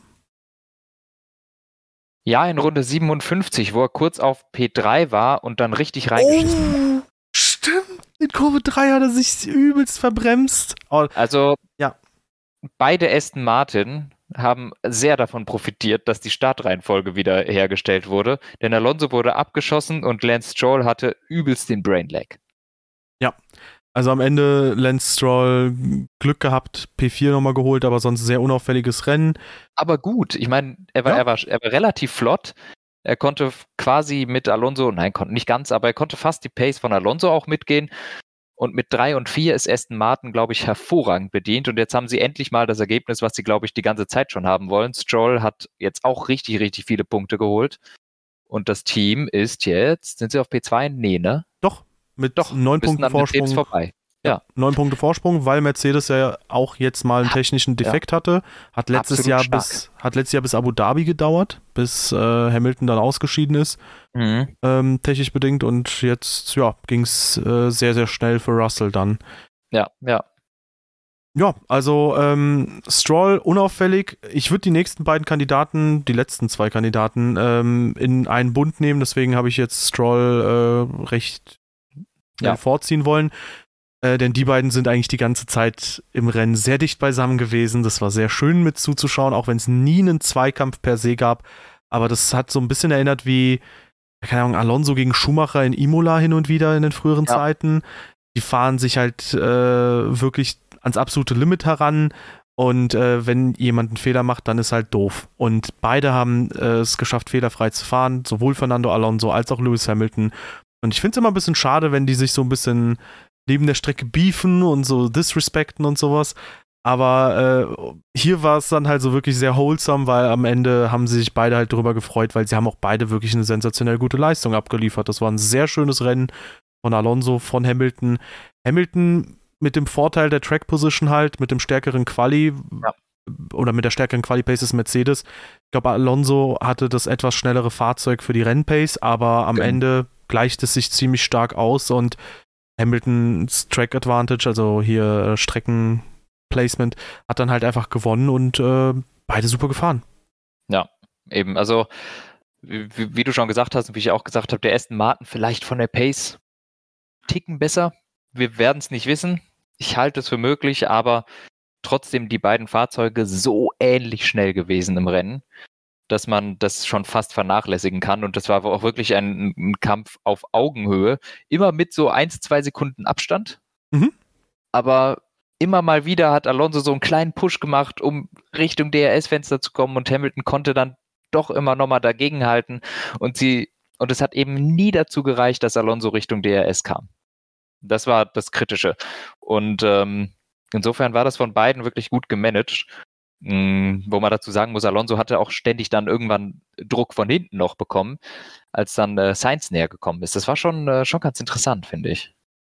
Ja, in Runde siebenundfünfzig, wo er kurz auf P drei war und dann richtig reingeschissen hat. Oh, stimmt. In Kurve drei hat er sich übelst verbremst. Oh, also, ja. Beide Aston Martin haben sehr davon profitiert, dass die Startreihenfolge wieder hergestellt wurde, denn Alonso wurde abgeschossen und Lance Stroll hatte übelst den Brainlag. Ja, also am Ende Lance Stroll Glück gehabt, P vier nochmal geholt, aber sonst sehr unauffälliges Rennen. Aber gut, ich meine, er war, ja. er, war, er war relativ flott. Er konnte quasi mit Alonso, nein, konnte nicht ganz, aber er konnte fast die Pace von Alonso auch mitgehen. Und mit drei und vier ist Aston Martin, glaube ich, hervorragend bedient. Und jetzt haben sie endlich mal das Ergebnis, was sie, glaube ich, die ganze Zeit schon haben wollen. Stroll hat jetzt auch richtig, richtig viele Punkte geholt. Und das Team ist jetzt, sind sie auf P zwei? Nee, ne? Doch, mit Doch, neun Punkten Vorsprung. Vorbei. Ja. Neun Punkte Vorsprung, weil Mercedes ja auch jetzt mal einen technischen Defekt ja. hatte. Hat letztes Jahr bis hat letztes Jahr bis Abu Dhabi gedauert, bis äh, Hamilton dann ausgeschieden ist, mhm. ähm, technisch bedingt. Und jetzt ja, ging es äh, sehr, sehr schnell für Russell dann. Ja, ja. Ja, also ähm, Stroll unauffällig. Ich würde die nächsten beiden Kandidaten, die letzten zwei Kandidaten, ähm, in einen Bund nehmen. Deswegen habe ich jetzt Stroll äh, recht ja. vorziehen wollen. Äh, denn die beiden sind eigentlich die ganze Zeit im Rennen sehr dicht beisammen gewesen. Das war sehr schön mit zuzuschauen, auch wenn es nie einen Zweikampf per se gab. Aber das hat so ein bisschen erinnert wie, keine Ahnung, Alonso gegen Schumacher in Imola hin und wieder in den früheren ja. Zeiten. Die fahren sich halt äh, wirklich ans absolute Limit heran. Und äh, wenn jemand einen Fehler macht, dann ist halt doof. Und beide haben äh, es geschafft, fehlerfrei zu fahren. Sowohl Fernando Alonso als auch Lewis Hamilton. Und ich finde es immer ein bisschen schade, wenn die sich so ein bisschen neben der Strecke beefen und so disrespekten und sowas. Aber äh, hier war es dann halt so wirklich sehr wholesome, weil am Ende haben sie sich beide halt drüber gefreut, weil sie haben auch beide wirklich eine sensationell gute Leistung abgeliefert. Das war ein sehr schönes Rennen von Alonso, von Hamilton. Hamilton mit dem Vorteil der Track-Position halt, mit dem stärkeren Quali ja. oder mit der stärkeren Quali-Pace des Mercedes. Ich glaube, Alonso hatte das etwas schnellere Fahrzeug für die Rennpace, aber am genau. Ende gleicht es sich ziemlich stark aus und Hamiltons Track Advantage, also hier Streckenplacement, hat dann halt einfach gewonnen und äh, beide super gefahren. Ja, eben, also wie, wie du schon gesagt hast und wie ich auch gesagt habe, der Aston Martin vielleicht von der Pace ticken besser. Wir werden es nicht wissen. Ich halte es für möglich, aber trotzdem die beiden Fahrzeuge so ähnlich schnell gewesen im Rennen, dass man das schon fast vernachlässigen kann. Und das war auch wirklich ein, ein Kampf auf Augenhöhe. Immer mit so eins, zwei Sekunden Abstand. Mhm. Aber immer mal wieder hat Alonso so einen kleinen Push gemacht, um Richtung D R S-Fenster zu kommen. Und Hamilton konnte dann doch immer nochmal dagegenhalten. Und sie, und es hat eben nie dazu gereicht, dass Alonso Richtung D R S kam. Das war das Kritische. Und ähm, insofern war das von beiden wirklich gut gemanagt. Wo man dazu sagen muss, Alonso hatte auch ständig dann irgendwann Druck von hinten noch bekommen, als dann äh, Sainz näher gekommen ist. Das war schon, äh, schon ganz interessant, finde ich.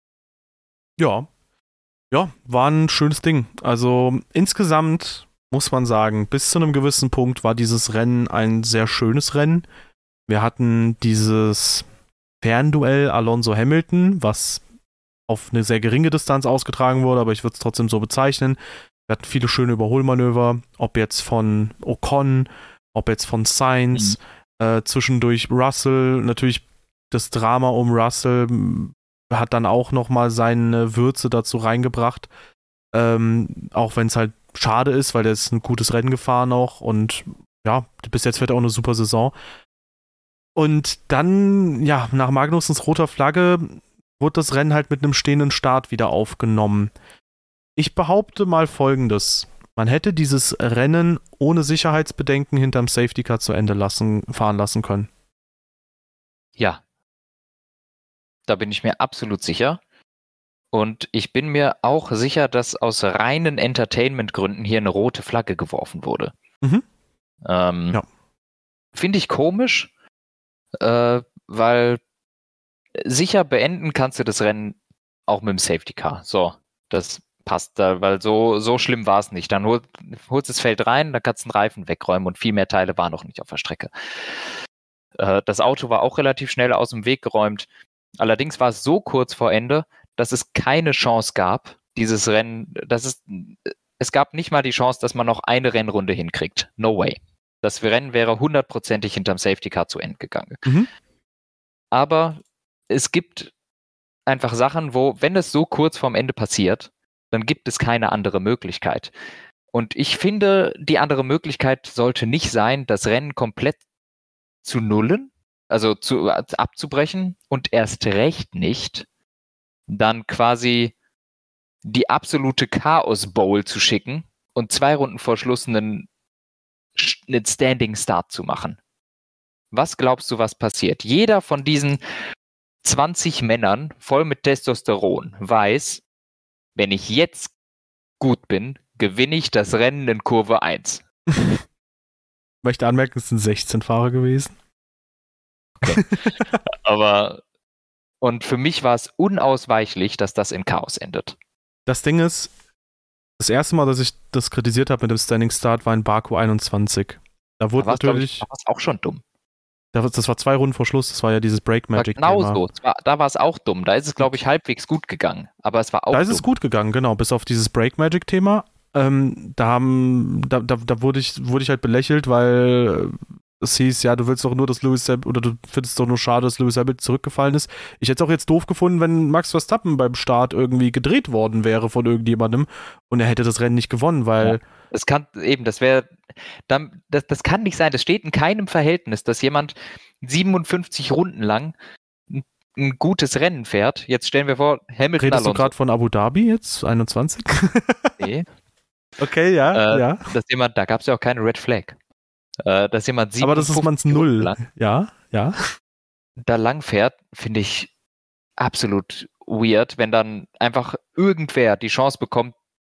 Ja. Ja, war ein schönes Ding. Also insgesamt muss man sagen, bis zu einem gewissen Punkt war dieses Rennen ein sehr schönes Rennen. Wir hatten dieses Fernduell Alonso-Hamilton, was auf eine sehr geringe Distanz ausgetragen wurde, aber ich würde es trotzdem so bezeichnen. Wir hatten viele schöne Überholmanöver, ob jetzt von Ocon, ob jetzt von Sainz, mhm. äh, zwischendurch Russell, natürlich das Drama um Russell hat dann auch nochmal seine Würze dazu reingebracht, ähm, auch wenn es halt schade ist, weil der ist ein gutes Rennen gefahren auch und ja, bis jetzt fährt er auch eine super Saison. Und dann, ja, nach Magnussens roter Flagge wurde das Rennen halt mit einem stehenden Start wieder aufgenommen. Ich behaupte mal Folgendes. Man hätte dieses Rennen ohne Sicherheitsbedenken hinterm Safety Car zu Ende lassen, fahren lassen können. Ja. Da bin ich mir absolut sicher. Und ich bin mir auch sicher, dass aus reinen Entertainment-Gründen hier eine rote Flagge geworfen wurde. Mhm. Ähm, Ja. Finde ich komisch, äh, weil sicher beenden kannst du das Rennen auch mit dem Safety Car. So, das passt da, weil so, so schlimm war es nicht. Dann hol, holst das Feld rein, dann kannst du den Reifen wegräumen und viel mehr Teile waren noch nicht auf der Strecke. Äh, das Auto war auch relativ schnell aus dem Weg geräumt. Allerdings war es so kurz vor Ende, dass es keine Chance gab, dieses Rennen, dass es, es gab nicht mal die Chance, dass man noch eine Rennrunde hinkriegt. No way. Das Rennen wäre hundertprozentig hinterm Safety Car zu Ende gegangen. Mhm. Aber es gibt einfach Sachen, wo, wenn es so kurz vorm Ende passiert, dann gibt es keine andere Möglichkeit. Und ich finde, die andere Möglichkeit sollte nicht sein, das Rennen komplett zu nullen, also zu, abzubrechen und erst recht nicht dann quasi die absolute Chaos Bowl zu schicken und zwei Runden vor Schluss einen, einen Standing Start zu machen. Was glaubst du, was passiert? Jeder von diesen zwanzig Männern voll mit Testosteron weiß, wenn ich jetzt gut bin, gewinne ich das Rennen in Kurve eins. Ich möchte anmerken, es sind sechzehn Fahrer gewesen. Okay. Aber und für mich war es unausweichlich, dass das in Chaos endet. Das Ding ist, das erste Mal, dass ich das kritisiert habe mit dem Standing Start, war in Baku einundzwanzig. Da wurde da natürlich. Da war es auch schon dumm. Das war zwei Runden vor Schluss, das war ja dieses Break Magic. Genau so. War, da war es auch dumm. Da ist es, glaube ich, halbwegs gut gegangen. Aber es war auch Da ist dumm. es gut gegangen, genau, bis auf dieses Break Magic Thema. Ähm, da haben, da, da, da wurde ich, wurde ich halt belächelt, weil es hieß, ja, du willst doch nur, dass Lewis Hamilton, oder du findest doch nur schade, dass Lewis Hamilton zurückgefallen ist. Ich hätte es auch jetzt doof gefunden, wenn Max Verstappen beim Start irgendwie gedreht worden wäre von irgendjemandem und er hätte das Rennen nicht gewonnen, weil. Ja. Es kann eben, das wäre, das, das kann nicht sein. Das steht in keinem Verhältnis, dass jemand siebenundfünfzig Runden lang ein, ein gutes Rennen fährt. Jetzt stellen wir vor, Hamilton Redest Alonso. du gerade von Abu Dhabi jetzt, einundzwanzig? Nee. Okay, ja, äh, ja. Dass jemand, da gab es ja auch keine Red Flag. Äh, dass jemand Aber das ist man's null. Lang ja, ja. da lang fährt, finde ich absolut weird, wenn dann einfach irgendwer die Chance bekommt,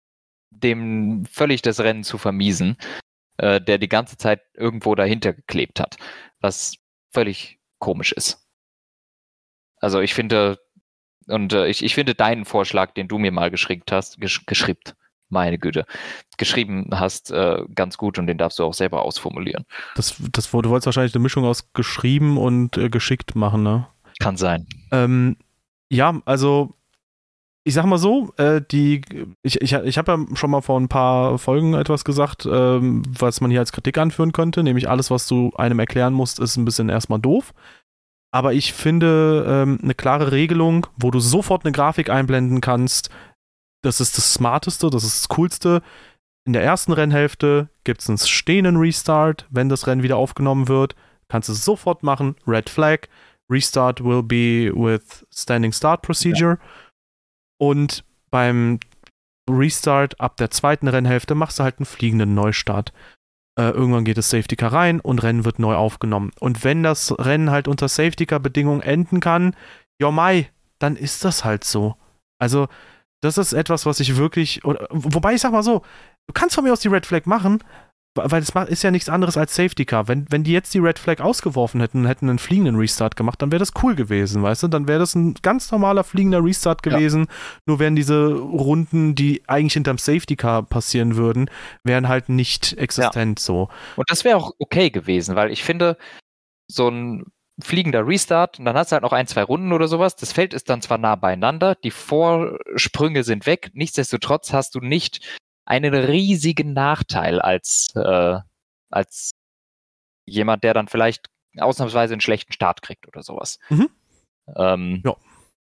dem völlig das Rennen zu vermiesen, äh, der die ganze Zeit irgendwo dahinter geklebt hat, was völlig komisch ist. Also ich finde, und äh, ich, ich finde deinen Vorschlag, den du mir mal geschrieben hast, gesch geschrieben, meine Güte, geschrieben hast, äh, ganz gut und den darfst du auch selber ausformulieren. Das, das, du wolltest wahrscheinlich eine Mischung aus geschrieben und äh, geschickt machen, ne? Kann sein. Ähm, ja, also ich sag mal so, äh, die, ich, ich, ich habe ja schon mal vor ein paar Folgen etwas gesagt, ähm, was man hier als Kritik anführen könnte, nämlich alles, was du einem erklären musst, ist ein bisschen erstmal doof. Aber ich finde ähm, eine klare Regelung, wo du sofort eine Grafik einblenden kannst, das ist das Smarteste, das ist das Coolste. In der ersten Rennhälfte gibt es einen stehenden Restart, wenn das Rennen wieder aufgenommen wird, kannst du es sofort machen, Red Flag, Restart will be with Standing Start Procedure. Ja. Und beim Restart ab der zweiten Rennhälfte machst du halt einen fliegenden Neustart. Äh, irgendwann geht das Safety Car rein und Rennen wird neu aufgenommen. Und wenn das Rennen halt unter Safety Car Bedingungen enden kann, ja mai, dann ist das halt so. Also das ist etwas, was ich wirklich, oder, wobei ich sag mal so, du kannst von mir aus die Red Flag machen, weil es ist ja nichts anderes als Safety Car. Wenn, wenn die jetzt die Red Flag ausgeworfen hätten und hätten einen fliegenden Restart gemacht, dann wäre das cool gewesen, weißt du? Dann wäre das ein ganz normaler fliegender Restart gewesen. Ja. Nur wären diese Runden, die eigentlich hinterm Safety Car passieren würden, wären halt nicht existent ja. so. Und das wäre auch okay gewesen, weil ich finde, so ein fliegender Restart und dann hast du halt noch ein, zwei Runden oder sowas. Das Feld ist dann zwar nah beieinander, die Vorsprünge sind weg, nichtsdestotrotz hast du nicht einen riesigen Nachteil als, äh, als jemand, der dann vielleicht ausnahmsweise einen schlechten Start kriegt oder sowas. Mhm. Ähm, ja.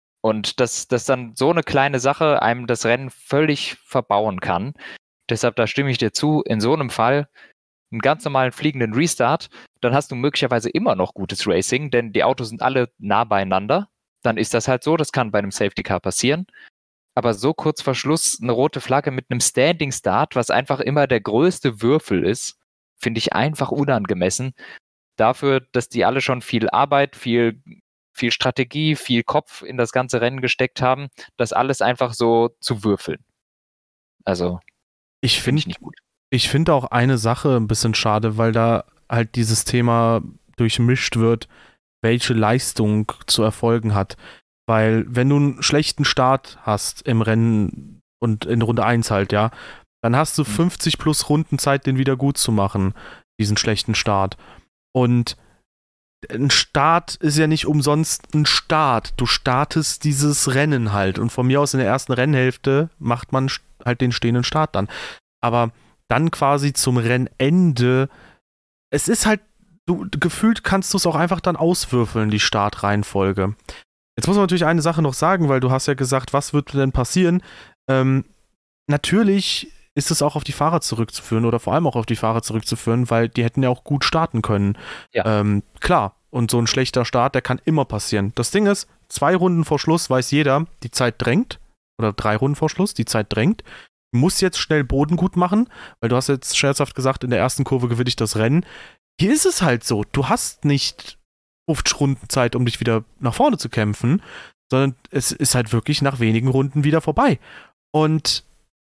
Und dass, dass dann so eine kleine Sache einem das Rennen völlig verbauen kann. Deshalb, da stimme ich dir zu, in so einem Fall einen ganz normalen fliegenden Restart, dann hast du möglicherweise immer noch gutes Racing, denn die Autos sind alle nah beieinander. Dann ist das halt so, das kann bei einem Safety Car passieren. Aber so kurz vor Schluss eine rote Flagge mit einem Standing Start, was einfach immer der größte Würfel ist, finde ich einfach unangemessen. Dafür, dass die alle schon viel Arbeit, viel, viel Strategie, viel Kopf in das ganze Rennen gesteckt haben, das alles einfach so zu würfeln. Also, ich finde finde ich nicht gut. ich finde auch eine Sache ein bisschen schade, weil da halt dieses Thema durchmischt wird, welche Leistung zu erfolgen hat. Weil wenn du einen schlechten Start hast im Rennen und in Runde eins halt, ja, dann hast du fünfzig plus Runden Zeit, den wieder gut zu machen, diesen schlechten Start. Und ein Start ist ja nicht umsonst ein Start. Du startest dieses Rennen halt. Und von mir aus in der ersten Rennhälfte macht man halt den stehenden Start dann. Aber dann quasi zum Rennende, es ist halt, du gefühlt kannst du es auch einfach dann auswürfeln, die Startreihenfolge. Jetzt muss man natürlich eine Sache noch sagen, weil du hast ja gesagt, was wird denn passieren? Ähm, natürlich ist es auch auf die Fahrer zurückzuführen oder vor allem auch auf die Fahrer zurückzuführen, weil die hätten ja auch gut starten können. Ja. Ähm, klar, und so ein schlechter Start, der kann immer passieren. Das Ding ist, zwei Runden vor Schluss weiß jeder, die Zeit drängt, oder drei Runden vor Schluss, die Zeit drängt. Du musst jetzt schnell Boden gut machen, weil du hast jetzt scherzhaft gesagt, in der ersten Kurve gewinne ich das Rennen. Hier ist es halt so, du hast nicht fünfzig Runden Zeit, um dich wieder nach vorne zu kämpfen, sondern es ist halt wirklich nach wenigen Runden wieder vorbei. Und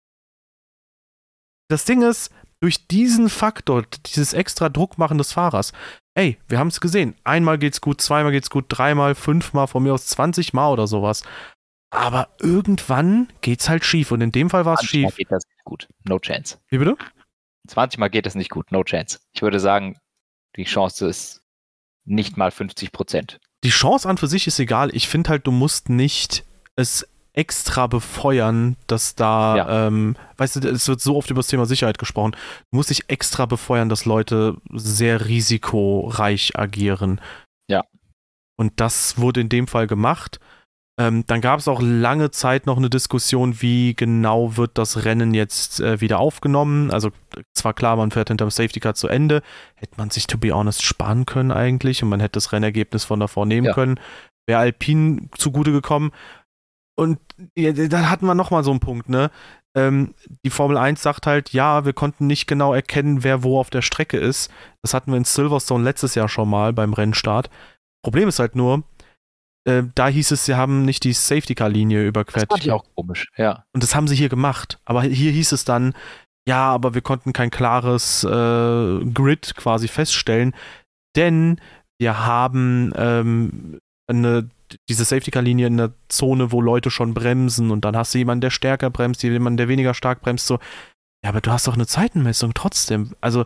das Ding ist, durch diesen Faktor, dieses extra Druckmachen des Fahrers, ey, wir haben es gesehen, einmal geht's gut, zweimal geht's gut, dreimal, fünfmal, von mir aus zwanzig Mal oder sowas. Aber irgendwann geht's halt schief und in dem Fall war es schief. zwanzig Mal geht das nicht gut, no chance. Wie bitte? zwanzig Mal geht das nicht gut, no chance. Ich würde sagen, die Chance ist nicht mal fünfzig Prozent. Die Chance an für sich ist egal. Ich finde halt, du musst nicht es extra befeuern, dass da, Ja. ähm, weißt du, es wird so oft über das Thema Sicherheit gesprochen, du musst dich extra befeuern, dass Leute sehr risikoreich agieren. Ja. Und das wurde in dem Fall gemacht. Ähm, dann gab es auch lange Zeit noch eine Diskussion, wie genau wird das Rennen jetzt äh, wieder aufgenommen. Also zwar klar, man fährt hinterm Safety Car zu Ende, hätte man sich, to be honest, sparen können eigentlich und man hätte das Rennergebnis von davor nehmen Ja. können. Wäre Alpine zugute gekommen. Und ja, da hatten wir nochmal so einen Punkt, ne? Ähm, die Formel eins sagt halt, ja, wir konnten nicht genau erkennen, wer wo auf der Strecke ist. Das hatten wir in Silverstone letztes Jahr schon mal beim Rennstart. Problem ist halt nur, äh, da hieß es, sie haben nicht die Safety-Car-Linie überquert. Das fand ich auch komisch, ja. Und das haben sie hier gemacht. Aber hier hieß es dann, ja, aber wir konnten kein klares äh, Grid quasi feststellen, denn wir haben ähm, eine, diese Safety-Car-Linie in der Zone, wo Leute schon bremsen und dann hast du jemanden, der stärker bremst, jemanden, der weniger stark bremst. So. Ja, aber du hast doch eine Zeitenmessung trotzdem. Also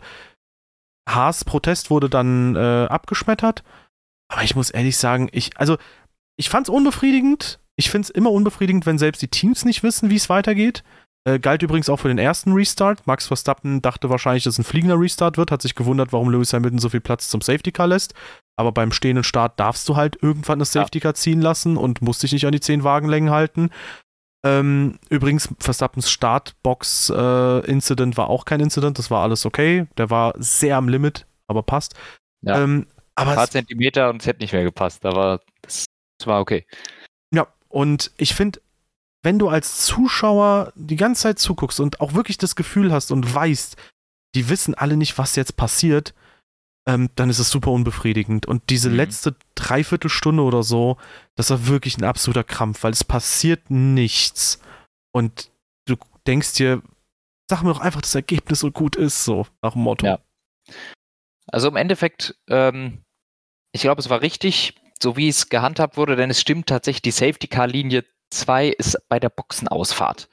Haas Protest wurde dann äh, abgeschmettert, aber ich muss ehrlich sagen, ich, also ich fand's unbefriedigend. Ich find's immer unbefriedigend, wenn selbst die Teams nicht wissen, wie es weitergeht. Äh, galt übrigens auch für den ersten Restart. Max Verstappen dachte wahrscheinlich, dass es ein fliegender Restart wird, hat sich gewundert, warum Lewis Hamilton so viel Platz zum Safety Car lässt. Aber beim stehenden Start darfst du halt irgendwann das Safety Car ziehen lassen und musst dich nicht an die zehn Wagenlängen halten. Ähm, übrigens, Verstappens Startbox-Incident äh, war auch kein Incident, das war alles okay. Der war sehr am Limit, aber passt. Ja. Ähm, aber Ein paar es, Zentimeter und es hätte nicht mehr gepasst, aber das, das war okay. ja, und ich finde, wenn du als Zuschauer die ganze Zeit zuguckst und auch wirklich das Gefühl hast und weißt, die wissen alle nicht, was jetzt passiert, ähm, dann ist es super unbefriedigend. Und diese Mhm. letzte Dreiviertelstunde oder so, das war wirklich ein absoluter Krampf, weil es passiert nichts. Und du denkst dir, sag mir doch einfach, dass das Ergebnis so gut ist, so nach dem Motto. Ja. Also im Endeffekt, ähm, ich glaube, es war richtig, so wie es gehandhabt wurde, denn es stimmt tatsächlich, die Safety-Car-Linie zwei ist bei der Boxenausfahrt.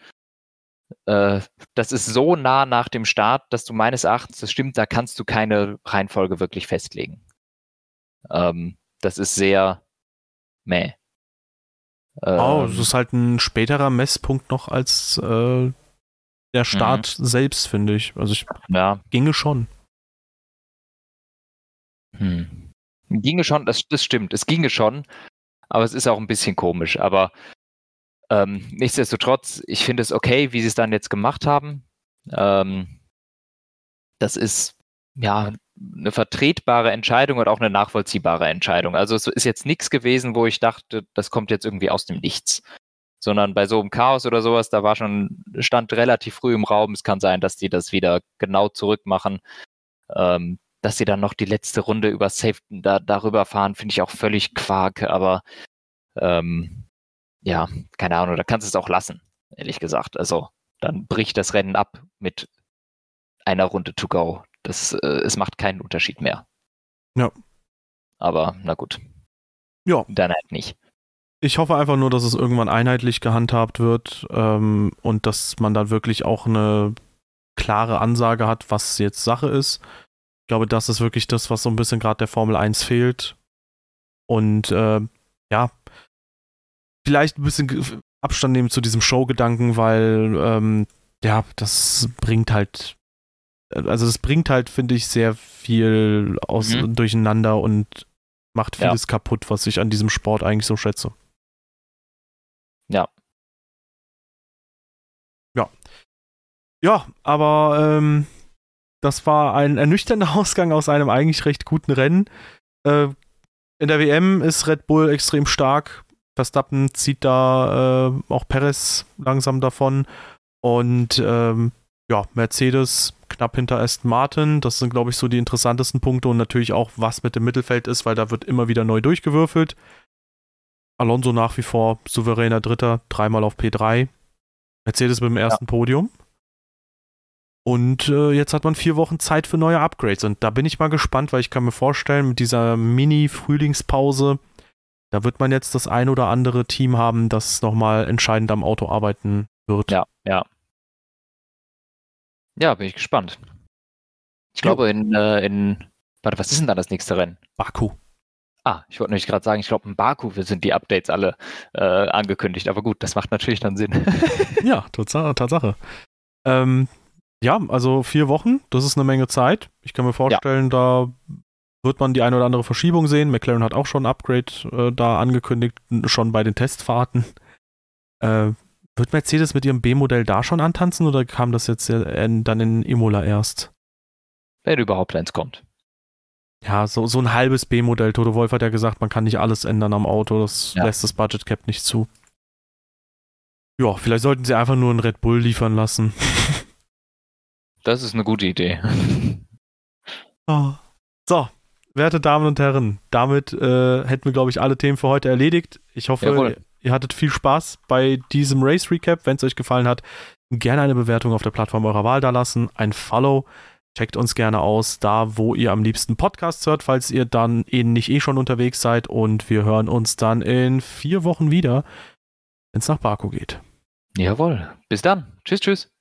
Äh, das ist so nah nach dem Start, dass du meines Erachtens, das stimmt, da kannst du keine Reihenfolge wirklich festlegen. Ähm, das ist sehr meh. Oh, Ähm, das ist halt ein späterer Messpunkt noch als äh, der Start selbst, finde ich. Also ich ja. ginge schon. Hm. Ginge schon, das, das stimmt, es ginge schon, aber es ist auch ein bisschen komisch. Aber ähm, nichtsdestotrotz, ich finde es okay, wie sie es dann jetzt gemacht haben. Ähm, das ist ja eine vertretbare Entscheidung und auch eine nachvollziehbare Entscheidung. Also es ist jetzt nichts gewesen, wo ich dachte, das kommt jetzt irgendwie aus dem Nichts. Sondern bei so einem Chaos oder sowas, da war schon, stand relativ früh im Raum, es kann sein, dass die das wieder genau zurückmachen. Ähm, dass sie dann noch die letzte Runde über Safe da, darüber fahren, finde ich auch völlig Quark, aber ähm, ja, keine Ahnung, da kannst du es auch lassen, ehrlich gesagt. Also dann bricht das Rennen ab mit einer Runde to go. Das, äh, es macht keinen Unterschied mehr. Ja. Aber na gut. Ja. Dann halt nicht. Ich hoffe einfach nur, dass es irgendwann einheitlich gehandhabt wird ähm, und dass man dann wirklich auch eine klare Ansage hat, was jetzt Sache ist. Ich glaube, das ist wirklich das, was so ein bisschen gerade der Formel eins fehlt. Und äh, ja, vielleicht ein bisschen Abstand nehmen zu diesem Show-Gedanken, weil ähm, ja, das bringt halt, also das bringt halt, finde ich, sehr viel aus Mhm. durcheinander und macht Ja. vieles kaputt, was ich an diesem Sport eigentlich so schätze. Ja. Ja. Ja, aber ähm, das war ein ernüchternder Ausgang aus einem eigentlich recht guten Rennen. Äh, in der W M ist Red Bull extrem stark. Verstappen zieht da äh, auch Perez langsam davon. Und ähm, ja, Mercedes knapp hinter Aston Martin. Das sind, glaube ich, so die interessantesten Punkte und natürlich auch, was mit dem Mittelfeld ist, weil da wird immer wieder neu durchgewürfelt. Alonso nach wie vor souveräner Dritter, dreimal auf P drei. Mercedes mit dem ersten ja. Podium. Und äh, jetzt hat man vier Wochen Zeit für neue Upgrades. Und da bin ich mal gespannt, weil ich kann mir vorstellen, mit dieser Mini-Frühlingspause, da wird man jetzt das ein oder andere Team haben, das nochmal entscheidend am Auto arbeiten wird. Ja, ja. Ja, bin ich gespannt. Ich jo. glaube in, äh, in, warte, was ist denn da das nächste Rennen? Baku. Ah, ich wollte nämlich gerade sagen, ich glaube in Baku sind die Updates alle äh, angekündigt. Aber gut, das macht natürlich dann Sinn. Ja, Tatsache. Ähm, ja, also vier Wochen, das ist eine Menge Zeit. Ich kann mir vorstellen, ja. da wird man die eine oder andere Verschiebung sehen. McLaren hat auch schon ein Upgrade äh, da angekündigt, schon bei den Testfahrten. Äh, wird Mercedes mit ihrem B-Modell da schon antanzen oder kam das jetzt in, dann in Imola erst? Wenn überhaupt eins kommt. Ja, so, so ein halbes B-Modell. Toto Wolff hat ja gesagt, man kann nicht alles ändern am Auto. Das ja. lässt das Budget Cap nicht zu. Ja, vielleicht sollten sie einfach nur einen Red Bull liefern lassen. Das ist eine gute Idee. Oh. So, werte Damen und Herren, damit äh, hätten wir, glaube ich, alle Themen für heute erledigt. Ich hoffe, Jawohl. ihr hattet viel Spaß bei diesem Race Recap. Wenn es euch gefallen hat, gerne eine Bewertung auf der Plattform eurer Wahl da lassen, ein Follow. Checkt uns gerne aus, da wo ihr am liebsten Podcasts hört, falls ihr dann eh nicht eh schon unterwegs seid. Und wir hören uns dann in vier Wochen wieder, wenn es nach Baku geht. Jawohl. Bis dann. Tschüss, tschüss.